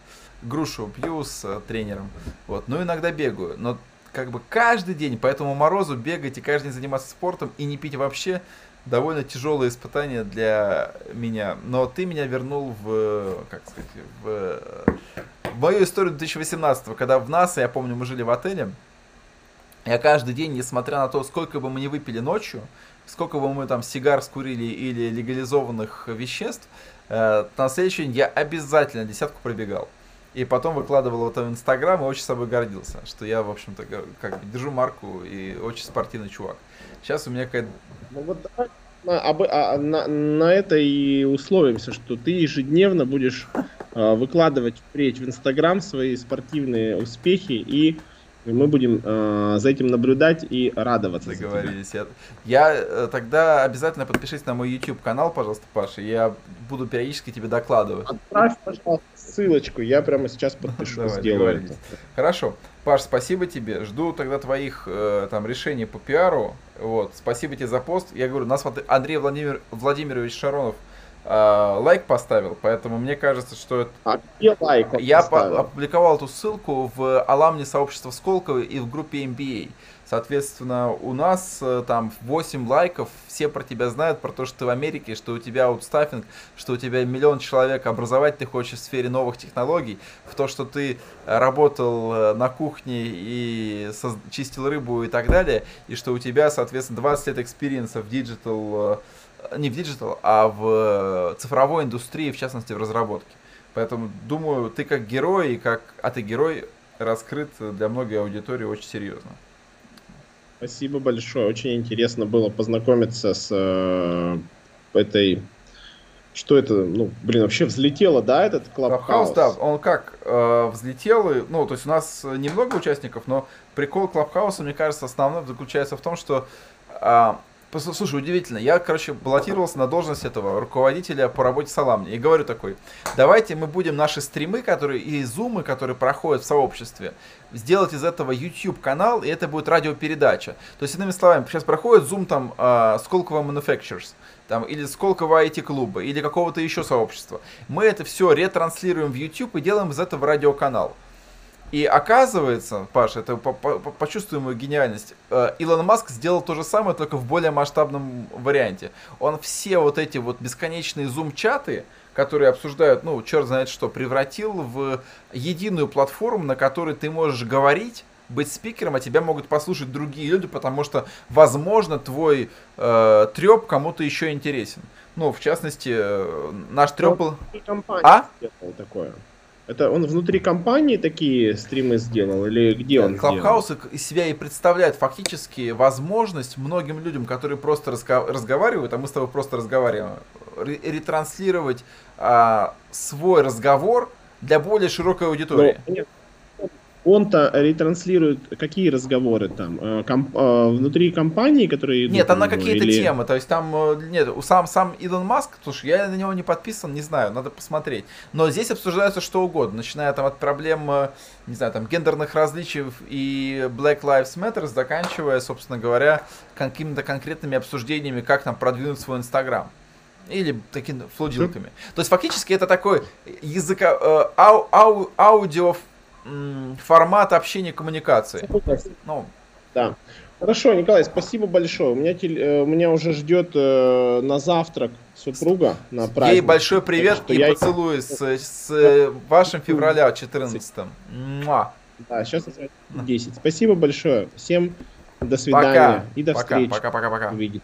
грушу пью с э, тренером. Вот. Ну, иногда бегаю. Но как бы каждый день по этому морозу бегать и каждый день заниматься спортом и не пить вообще довольно тяжелое испытание для меня. Но ты меня вернул в, как сказать, в, в мою историю две тысячи восемнадцатого, когда в НАСА, я помню, мы жили в отеле. Я каждый день, несмотря на то, сколько бы мы не выпили ночью, сколько бы мы там сигар скурили или легализованных веществ, э, на следующий день я обязательно десятку пробегал. И потом выкладывал это в Инстаграм и очень собой гордился, что я, в общем-то, га- как бы держу марку и очень спортивный чувак. Сейчас у меня какая-то... Ну вот давай на, об- а- на, на это и условимся, что ты ежедневно будешь а, выкладывать впредь в Инстаграм свои спортивные успехи, и мы будем а, за этим наблюдать и радоваться за тебя. Договорились. Я, я э, тогда обязательно подпишись на мой YouTube канал, пожалуйста, Паша. Я буду периодически тебе докладывать. Отправь, пожалуйста, ссылочку, я прямо сейчас подпишу, Давай, сделаю договорились. это. Хорошо. Паш, спасибо тебе. Жду тогда твоих э, там решений по пиару. Вот. Спасибо тебе за пост. Я говорю, нас вот Андрей Владимир, Владимирович Шаронов э, лайк поставил, поэтому мне кажется, что это... А где лайк он Я по- поставил? опубликовал эту ссылку в аламне сообщества Сколково и в группе эм би эй. Соответственно, у нас э, там восемь лайков, все про тебя знают, про то, что ты в Америке, что у тебя аутстаффинг, что у тебя миллион человек, образовать ты хочешь в сфере новых технологий, в то, что ты работал э, на кухне и соз- чистил рыбу и так далее, и что у тебя, соответственно, двадцать лет экспириенса в диджитал, э, не в диджитал, а в э, цифровой индустрии, в частности, в разработке. Поэтому, думаю, ты как герой, и как, а ты герой, раскрыт для многой аудитории очень серьезно. Спасибо большое. Очень интересно было познакомиться с э, этой... Что это? Ну, блин, вообще взлетело, да, этот Клабхаус, Клабхаус? да, он как э, взлетел, и, ну, то есть у нас немного участников, но прикол Клабхауса, мне кажется, основной заключается в том, что, э, пос- слушай, удивительно, я, короче, баллотировался на должность этого руководителя по работе с Аламни, и говорю такой, давайте мы будем наши стримы, которые, и зумы, которые проходят в сообществе, сделать из этого YouTube канал, и это будет радиопередача. То есть, иными словами, сейчас проходит зум там э, Сколково Manufacturers, там, или Сколково ай ти-клуба, или какого-то еще сообщества. Мы это все ретранслируем в YouTube и делаем из этого радиоканал. И оказывается, Паша, это по- по- почувствуй мою гениальность, э, Илон Маск сделал то же самое, только в более масштабном варианте. Он все вот эти вот бесконечные зум-чаты, которые обсуждают, ну, черт знает что, превратил в единую платформу, на которой ты можешь говорить, быть спикером, а тебя могут послушать другие люди, потому что, возможно, твой э, треп кому-то еще интересен. Ну, в частности, э, наш треп был... А? Такое. Это он внутри компании такие стримы сделал или где он Клабхаус из себя и представляет фактически возможность многим людям, которые просто разго- разговаривают, а мы с тобой просто разговариваем, ретранслировать а, свой разговор для более широкой аудитории. Но, нет, он-то ретранслирует какие разговоры там? Комп, внутри компании, которые идут? Нет, там на какие-то или... темы. То есть там, нет, сам, сам Илон Маск, слушай, я на него не подписан, не знаю, надо посмотреть. Но здесь обсуждается что угодно, начиная там от проблем, не знаю, там гендерных различий и Black Lives Matter, заканчивая, собственно говоря, какими-то конкретными обсуждениями, как там продвинуть свой Инстаграм. Или такими флудилками. То есть фактически это такой языка, э, ау, ау, аудио формат общения, коммуникации. Ну. Да. Хорошо, Николай, спасибо большое. У меня, теле, у меня уже ждет э, на завтрак супруга на праздник. Ей большой привет и я... поцелуй с, с вашим февраля четырнадцатым. Муа. Да, сейчас десять. Спасибо большое. Всем до свидания пока. и до пока, встречи. Пока-пока-пока. Увидеть.